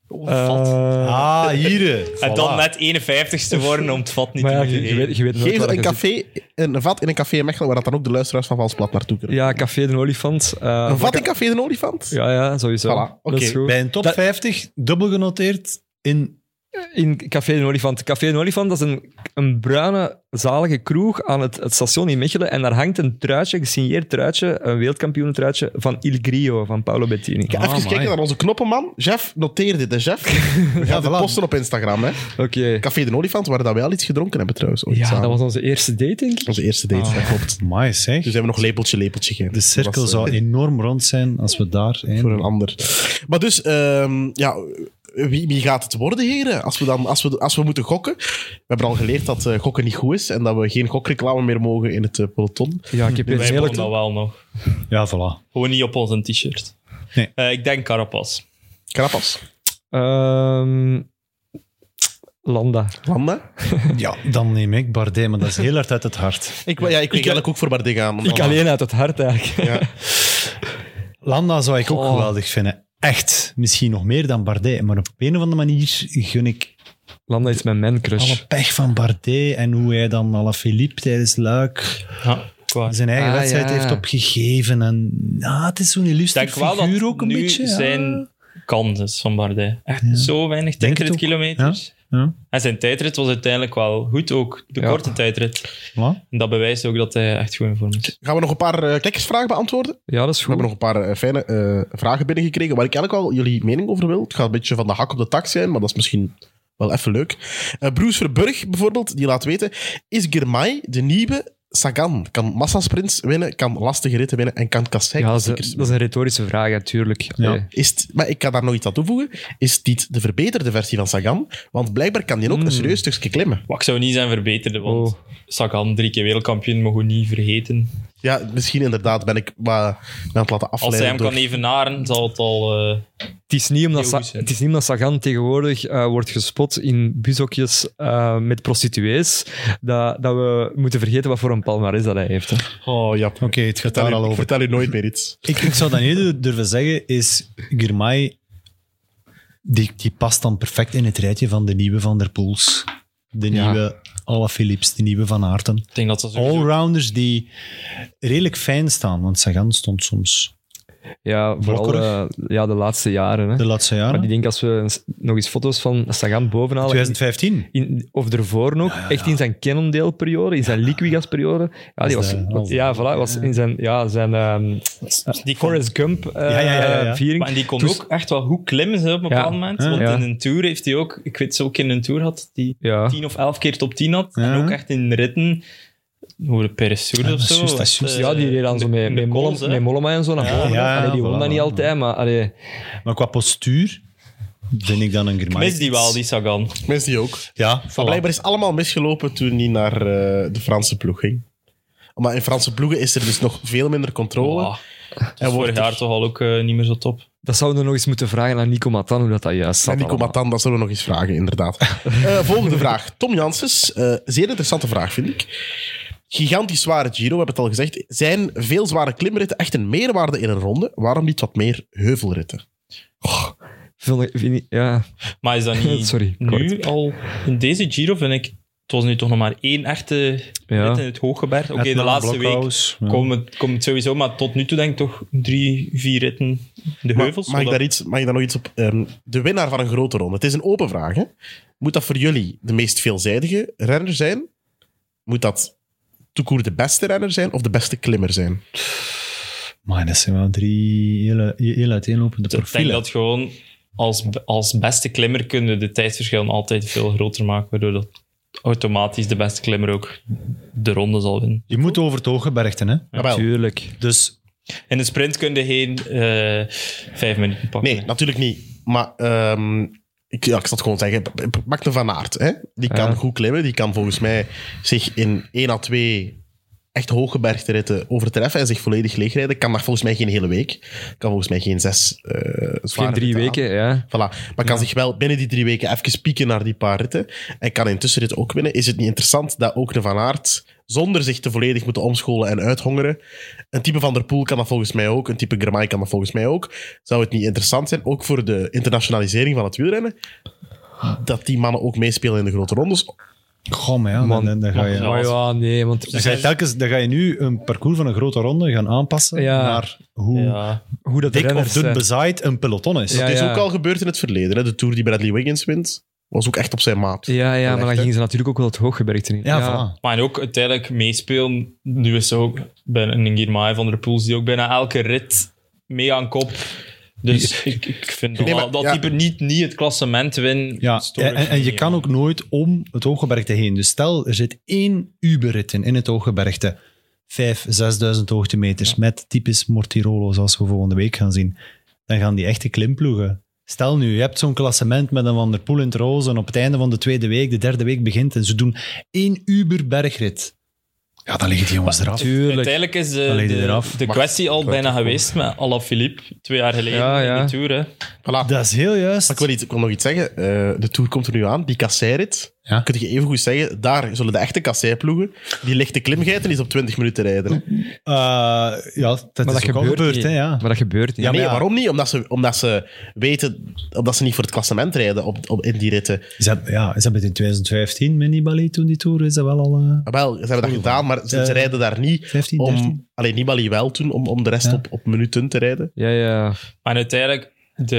Hier. En dan net 51ste worden om het vat niet Maar ja, te moeten geven. je weet nooit Geef wat een je café, een vat in een café in Mechelen, waar dat dan ook de luisteraars van Valsplat naartoe kunnen. Ja, Café de Olifant. Een vat in Café de Olifant? Ja, sowieso. Voilà, Dat is oké. goed. Bij een top Dat- 50, dubbel genoteerd in... In Café de Olifant. Café de Olifant, dat is een bruine, zalige kroeg aan het station in Mechelen. En daar hangt een truitje, gesigneerd truitje, een wereldkampioenentruitje van Il Grio, van Paolo Bettini. Ik ga even amai. kijken naar onze knoppenman. Jeff, noteer dit, hè, Jeff. We gaan dit voilà. posten op Instagram. Hè. Oké. Café de Olifant, waar dat wij al iets gedronken hebben trouwens. ooit Ja, samen. dat was onze eerste date, denk ik. onze eerste date, dat klopt. Amai, zeg. Dus hebben we nog lepeltje gegeven. De cirkel Dat was, zou enorm rond zijn als we daar... voor een ander. Maar dus, ja, wie gaat het worden, heren? Als we moeten gokken. We hebben al geleerd dat gokken niet goed is en dat we geen gokreclame meer mogen in het peloton. Ja, ik heb hier Wij een mogen hele... dat wel nog. Ja, voilà. Gewoon niet op onze t-shirt. Nee. Ik denk Carapaz. Carapaz. Landa. Landa? Ja, dan neem ik Bardet, maar dat is heel hard uit het hart. Ik wil eigenlijk ook voor Bardet gaan. Ik alleen uit het hart, eigenlijk. Ja. Landa zou ik ook Oh. geweldig vinden. Echt. Misschien nog meer dan Bardet. Maar op een of andere manier gun ik Landa is mijn man-crush. alle pech van Bardet en hoe hij dan Alaphilippe tijdens Luik Ja, qua. zijn eigen wedstrijd ja. heeft opgegeven. En het is zo'n Ik illustre denk wel dat figuur ook een nu beetje. ja. zijn kans is van Bardet. Echt Ja. zo weinig Denk het tijdritkilometers. Ja. En zijn tijdrit was uiteindelijk wel goed ook. De Ja. korte tijdrit. Voilà. En dat bewijst ook dat hij echt goed in vorm is. Gaan we nog een paar kijkersvragen beantwoorden? Ja, dat is We goed. hebben nog een paar fijne vragen binnengekregen waar ik eigenlijk wel jullie mening over wil. Het gaat een beetje van de hak op de tak zijn, maar dat is misschien wel even leuk. Bruce Verburg bijvoorbeeld, die laat weten: is Girmay de nieuwe Sagan? Kan massasprints winnen, kan lastige ritten winnen en kan Ja, dat kasseikklassiekers is een retorische vraag, natuurlijk. Ja. Maar ik kan daar nog iets aan toevoegen. Is dit de verbeterde versie van Sagan? Want blijkbaar kan die ook een serieus stukje klimmen. Maar ik zou niet zijn verbeterde, want Oh. Sagan 3 keer wereldkampioen, mogen we niet vergeten. Ja, misschien inderdaad ben ik maar aan het laten Als hij afleiden hem door... kan evenaren, zal het al... Het is niet omdat, Heel goed zijn. het is niet omdat Sagan tegenwoordig wordt gespot in bushokjes met prostituees, dat we moeten vergeten wat voor een palmares dat hij heeft. Hè. Oh ja, Oké, het gaat daar al ik over. vertel u nooit meer iets. Ik zou dan eerder durven zeggen, is Girmay, die past dan perfect in het rijtje van de nieuwe Van der Poels, de Ja. nieuwe Alaphilippe, de nieuwe Van Aerten. Ik denk dat ze sowieso... Allrounders die redelijk fijn staan, want Sagan stond soms Ja, vooral Blokkerig. de laatste jaren. Hè. de laatste Maar jaren. ik denk als we nog eens foto's van Sagan bovenhalen, 2015. of ervoor nog, echt in zijn Cannondale-periode, in zijn Liquigas-periode. Ja, die was, was in zijn Die kon, Forrest Gump ja. viering. maar die kon Dus- ook echt wel goed klimmen ze, op een bepaald moment. Want Ja. in een Tour heeft hij ook... Ik weet ze ook in een Tour had, die Ja. 10 of 11 keer top 10 had. Ja. En ook echt in ritten... Hoe de Peressour Ja, of dat is zo. juist, dat is was, juist. Ja, die reed dan zo met Coles, hè. Mollema en zo naar boven. ja, Allee, die won voilà, dat niet voilà. altijd, maar... Allee, Maar qua postuur vind ik dan een Girmay. Mis die wel, die Sagan. Mensen die ook. Ja, Maar voilà. blijkbaar is het allemaal misgelopen toen hij naar de Franse ploeg ging. Maar in Franse ploegen is er dus nog veel minder controle. Wow. En Vorig jaar toch al ook niet meer zo top. dat zouden we nog eens moeten vragen aan Nico Matan, hoe dat juist zat. En Nico allemaal. Matan, dat zullen we nog eens vragen, inderdaad. Volgende vraag. Tom Janssens. Zeer interessante vraag, vind ik. Gigantisch zware Giro, we hebben het al gezegd. Zijn veel zware klimritten echt een meerwaarde in een ronde? Waarom niet wat meer heuvelritten? Ja, Maar is dat niet Sorry, nu kort. al... In deze Giro vind ik... Het was nu toch nog maar 1 echte Ja. rit in het Hooggebergte. Oké, de Etna, laatste week Blokhuis, ja. komt het sowieso, maar tot nu toe denk ik toch 3, 4 ritten in de heuvels. Mag ik daar nog iets op? De winnaar van een grote ronde. Het is een open vraag. Hè? Moet dat voor jullie de meest veelzijdige renner zijn? Moet dat toekoer de beste renner zijn of de beste klimmer zijn? Maar dat zijn wel 3 heel uiteenlopende Ik denk profielen. dat gewoon als beste klimmer kunnen de tijdsverschillen altijd veel groter maken, waardoor dat automatisch de beste klimmer ook de ronde zal winnen. Je moet over het Hooggebergte, hè. Jawel. tuurlijk. Dus In de sprint kun je geen 5 minuten pakken. Nee, natuurlijk niet. Maar ik zal het gewoon zeggen. Pak de Van Aert. Hè? Die kan Ja. goed klimmen. Die kan volgens mij zich in 1 à 2 echt hooggebergte ritten overtreffen en zich volledig leegrijden. Kan dat volgens mij geen hele week. Kan volgens mij geen 6 zware Geen 3 ritten weken, ja. Voilà. Maar kan zich wel binnen die 3 weken even pieken naar die paar ritten. En kan in tussenritten ook winnen. Is het niet interessant dat ook de Van Aert zonder zich te volledig moeten omscholen en uithongeren. Een type Van der Poel kan dat volgens mij ook. Een type Girmay kan dat volgens mij ook. Zou het niet interessant zijn, ook voor de internationalisering van het wielrennen, dat die mannen ook meespelen in de grote rondes? Goh, maar ja, dan ga je... Maar ja, nee, want Dan ga je nu een parcours van een grote ronde gaan aanpassen naar hoe hoe dat de dik of renners dun zijn. bezaaid een peloton is. Ja, Het is ook al gebeurd in het verleden. Hè? De Tour die Bradley Wiggins wint, was ook echt op zijn maat. Ja, maar dan hè? gingen ze natuurlijk ook wel het hooggebergte in. Ja, voilà. Maar ook uiteindelijk meespelen. Nu is het ook bij een Girmay van der Poel die ook bijna elke rit mee aan kop. Dus ik vind dat type niet het klassement wint. Ja, en je kan ook nooit om het hooggebergte heen. Dus stel, er zit 1 Uber-rit in het hooggebergte. 5.000, 6.000 hoogtemeters met typisch Mortirolo, zoals we volgende week gaan zien. Dan gaan die echte klimploegen. Stel nu, je hebt zo'n klassement met een Van der Poel in het roze en op het einde van de 2e week, de 3e week begint en ze doen 1 Uber-bergrit. Ja, dan liggen die jongens eraf. Tuurlijk. Uiteindelijk is eraf. de kwestie al bijna geweest met Alaphilippe 2 jaar geleden in de Tour. Hè. Voilà. Dat is heel juist. Maar ik wil nog iets zeggen. De Tour komt er nu aan, die kasseirrit. Ja. Kun je even goed zeggen, daar zullen de echte kasseiploegen die lichte klimgeiten is op 20 minuten rijden. Hè? Ja, dat Maar is ook al gebeurd. niet. Hè, ja. Maar dat gebeurt niet. Ja, nee, maar ja. waarom niet? Omdat ze weten, omdat ze niet voor het klassement rijden in die ritten. Ze hebben het in 2015 met Nibali toen die Tour is dat wel al... Wel, ze hebben dat gedaan, maar ze rijden daar niet 15, 13. Alleen Nibali wel toen, om de rest op minuten te rijden. Ja. Maar uiteindelijk,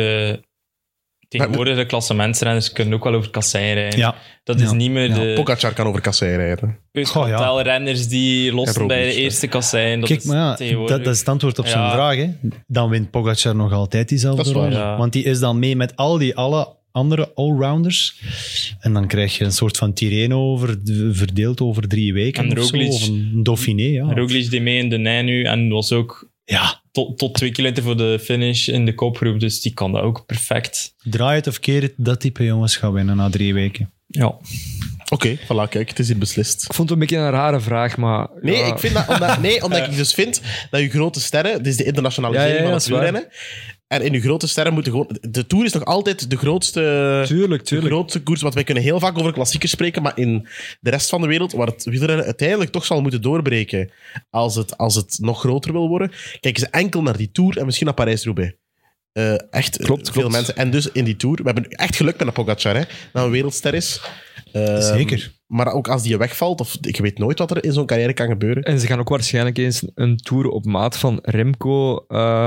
tegenwoordig de klassementsrenners kunnen ook wel over kassein rijden. Ja. Dat is niet meer de Pogacar kan over kassei rijden. renners die lossen bij de eerste kassein. Kijk, maar dat is het antwoord op zijn vraag. Hè. Dan wint Pogacar nog altijd diezelfde Dat is waar. ronde. Ja. Want die is dan mee met alle andere allrounders. En dan krijg je een soort van Tirreno verdeeld over 3 weken. En of zo, Roglic. of een Dauphiné. Ja. Roglic deed mee in de Nij nu en was ook Ja, tot 2 kilometer voor de finish in de kopgroep. Dus die kan dat ook perfect. draai het of keer het, dat type jongens gaat winnen na 3 weken. Ja. Oké, voilà, kijk, het is hier beslist. Ik vond het een beetje een rare vraag, maar... Nee, ja. ik vind dat, omdat ik dus vind dat je grote sterren, dit is de internationalisering van dat het is waar. wielrennen, en in je grote sterren moeten gewoon... De Tour is nog altijd de grootste... Tuurlijk. De grootste koers, want wij kunnen heel vaak over klassiekers spreken, maar in de rest van de wereld, waar het wielrennen uiteindelijk toch zal moeten doorbreken als het nog groter wil worden, kijken ze enkel naar die Tour en misschien naar Parijs-Roubaix. Echt Klopt. veel mensen. En dus in die Tour, we hebben echt geluk met een Pogacar, hè, dat een wereldster is. Zeker. Maar ook als die wegvalt, of ik weet nooit wat er in zo'n carrière kan gebeuren. En ze gaan ook waarschijnlijk eens een tour op maat van Remco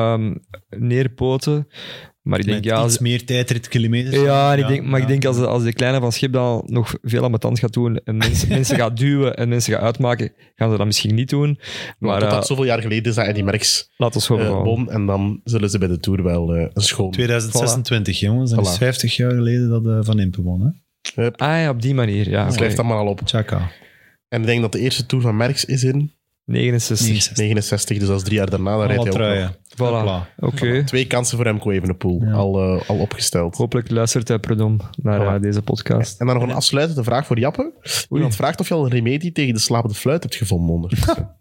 neerpoten. Maar ik denk, Met iets meer tijdritkilometers. Ja, en ik denk als de kleine van Schipdaal nog veel ambetant gaat doen en mensen gaat duwen en mensen gaat uitmaken, gaan ze dat misschien niet doen. Maar Maar tot zoveel jaar geleden is dat Eddy Merckx laat ons hopen. won. En dan zullen ze bij de Tour wel een schoon... 2026, jongens. Dat is 50 jaar geleden dat Van Impe won. Hè? Op die manier. Ja, Dat schrijft dat maar al op. Tjaka. En ik denk dat de eerste Tour van Merckx is in 69. 69, dus dat is 3 jaar daarna. Dan rijdt hij ook nog. truien. Voilà. Oké. 2 kansen voor Remco Evenepoel, Ja. al opgesteld. Hopelijk luistert hij Predom naar deze podcast. En dan nog een afsluitende vraag voor Jappe. Iemand vraagt of je al een remedie tegen de slapende fluit hebt gevonden ondertussen.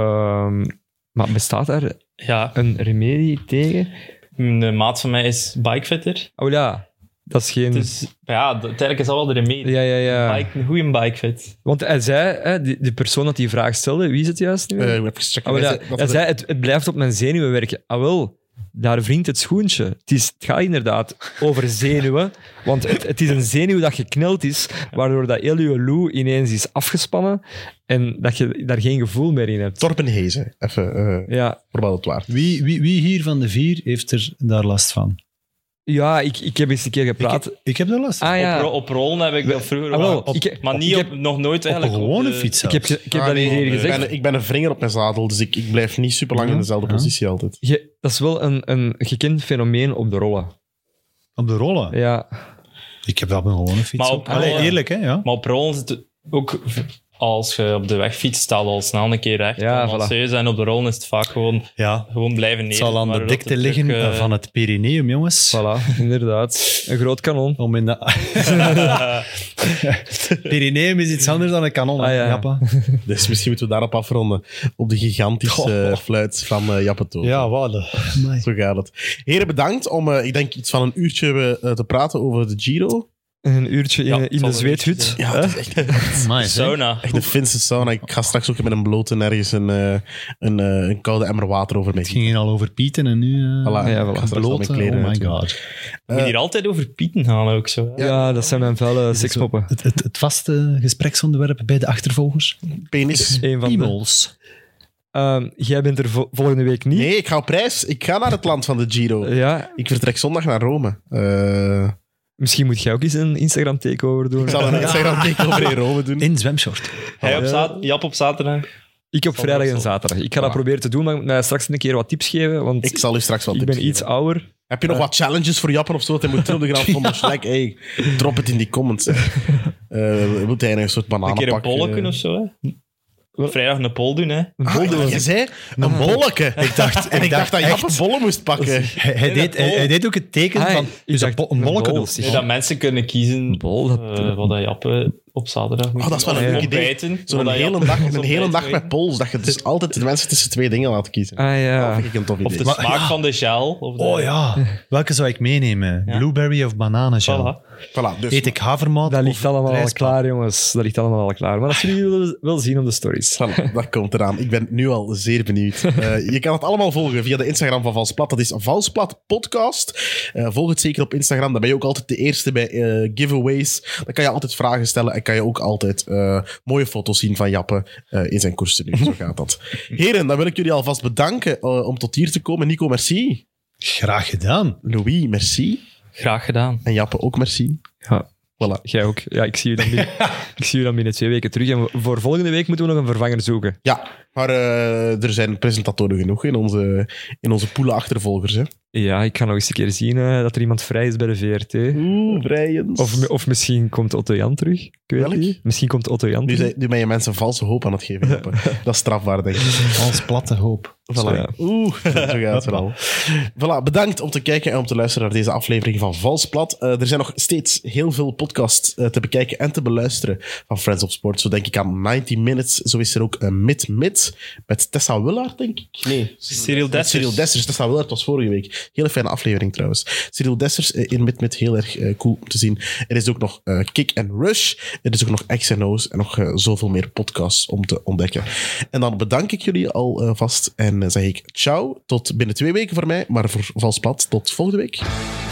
Maar bestaat er Ja, een remedie tegen? een maat van mij is bikefitter. Oh ja, dat is geen... Dus uiteindelijk is dat wel de remedie. Ja. Een goede bikefit. Want hij zei, hè, die persoon dat die vraag stelde, wie is het juist nu? Even checken. Hij zei, het blijft op mijn zenuwen werken. Ah wel, daar wringt het schoentje. Het gaat inderdaad over zenuwen, want het is een zenuw dat gekneld is, waardoor dat heel je loo ineens is afgespannen en dat je daar geen gevoel meer in hebt. Torben Hezen, even Ja, voor wat het waard. Wie hier van de 4 heeft er daar last van? ja ik heb eens een keer gepraat. Ik heb er last van. Ah ja, Op rollen heb ik dat vroeger Ah, wel, wel. ik Maar niet heb- nog nooit Op een eigenlijk. gewone fiets ik zelfs. heb dat niet eerder gezegd. Ik ben een vringer op mijn zadel, dus ik blijf niet super lang in dezelfde positie altijd. Dat is wel een gekend fenomeen op de rollen. Op de rollen. Ja, Ik heb dat op een gewone fiets. Maar ook. op Allee, rollen- eerlijk, hè? Ja. Maar op rollen zit het ook... Als je op de weg fietst, staat al snel een keer recht. Ja, En voilà. serieus, en op de rollen is het vaak gewoon blijven neer. Het zal aan de waardoor dikte dat de liggen druk, van het Pyreneeum, jongens. voilà, inderdaad. Een groot kanon. Om in de... Pyreneeum is iets anders dan een kanon. Ah, ja. Jappa. Dus misschien moeten we daarop afronden. Op de gigantische fluit van Jappe Toot. Ja, wat? Zo gaat het. Heren, bedankt om, ik denk, iets van een uurtje te praten over de Giro. Een uurtje Ja, in het de zal een zweethut. uurtje Ja, het is echt Amai, zeg. Sauna. Echt de Finse sauna. Ik ga straks ook met een blote nergens een koude emmer water over mij. Het ging hier al over Pieten en nu... Voilà. Ja, voilà. Ik ga straks al mijn blote, kleren oh my uitdoen. god. Je moet hier altijd over Pieten gaan ook zo. Hè? Ja, dat zijn mijn vuile sekspoppen. Het vaste gespreksonderwerp bij de achtervolgers? Penis. Eén van de. Piemels. Jij bent er volgende week niet. Nee, ik ga op reis. Ik ga naar het land van de Giro. Ja, Ik vertrek zondag naar Rome. misschien moet jij ook eens een Instagram takeover doen. Ik zal een Instagram takeover in Rome doen. In zwemshort. Hij op Jap op zaterdag. Ik op vrijdag en wel. zaterdag. Ik ga dat Voilà. proberen te doen, maar ik moet mij straks een keer wat tips geven, want Ik zal u straks wat ik tips ben iets geven. ouder. Heb je nog wat challenges voor Jappen of zo? Dat hij moet terug op de Grand van Moschlek. Hey, drop het in die comments. Moet hij een soort Een bananen keer een pakken? bolleken of zo. Hè? Vrijdag een pol doen. Hè? Je zei een bolleke. Ik dacht dat Jappe echt. bollen moest pakken. Hij deed ook het teken Ah, van... ik Dus dacht een bolleke bol. of Nee, dat mensen kunnen kiezen Bol, dat- wat dat Jappe op zaterdag moet Oh, dat is wel een doen. leuk Of idee. ontbijten, Zo'n wat dat hele Jappe dag, als een hele ontbijt dag wil met eten. pols. Dat je dus altijd de mensen tussen twee dingen laat kiezen. Ah Dat ja. vind ik een tof Of idee. de smaak van de gel. Of de, Oh ja, welke zou ik meenemen? Ja. Blueberry of bananengel? Voilà. Voilà, dus Eet ik havermout Dat of ligt allemaal al rijstpap? klaar, jongens. Dat ligt allemaal al klaar. Maar dat zullen jullie wel zien op de stories. voilà, dat komt eraan. Ik ben nu al zeer benieuwd. Je kan het allemaal volgen via de Instagram van Valsplat. Dat is Valsplat Podcast. Volg het zeker op Instagram. Dan ben je ook altijd de eerste bij giveaways. Dan kan je altijd vragen stellen en kan je ook altijd mooie foto's zien van Jappe in zijn koersen. Zo gaat dat. Heren, dan wil ik jullie alvast bedanken om tot hier te komen. Nico, merci. Graag gedaan. Louis, merci. Graag gedaan. En Jappe ook merci. Ja, Voilà. jij ook. Ja, ik zie je dan binnen 2 weken terug. En voor volgende week moeten we nog een vervanger zoeken. Ja, maar er zijn presentatoren genoeg in onze poelen achtervolgers. Hè. Ja, ik ga nog eens een keer zien dat er iemand vrij is bij de VRT. Vrijens. Of misschien komt Otto Jan terug. Ik weet Welk? het niet. Misschien komt Otto Jan Nu, terug. nu ben je mensen valse hoop aan het geven. Jappe. Dat is strafbaar, denk ik. Als platte hoop. Voilà. Zo, ja. Zo gaat het wel. Voilà, bedankt om te kijken en om te luisteren naar deze aflevering van Valsplat. Er zijn nog steeds heel veel podcasts te bekijken en te beluisteren van Friends of Sport. Zo denk ik aan 90 Minutes. Zo is er ook Mid-Mid met Tessa Willaert, denk ik. Nee, Cyril met Dessers. Cyril Dessers. Tessa Willaert was vorige week. Hele fijne aflevering trouwens. Cyril Dessers in Mid-Mid, heel erg cool om te zien. Er is ook nog Kick and Rush. Er is ook nog X&O's en nog zoveel meer podcasts om te ontdekken. En dan bedank ik jullie alvast en zeg ik ciao. Tot binnen 2 weken voor mij, maar voor Valsplat tot volgende week.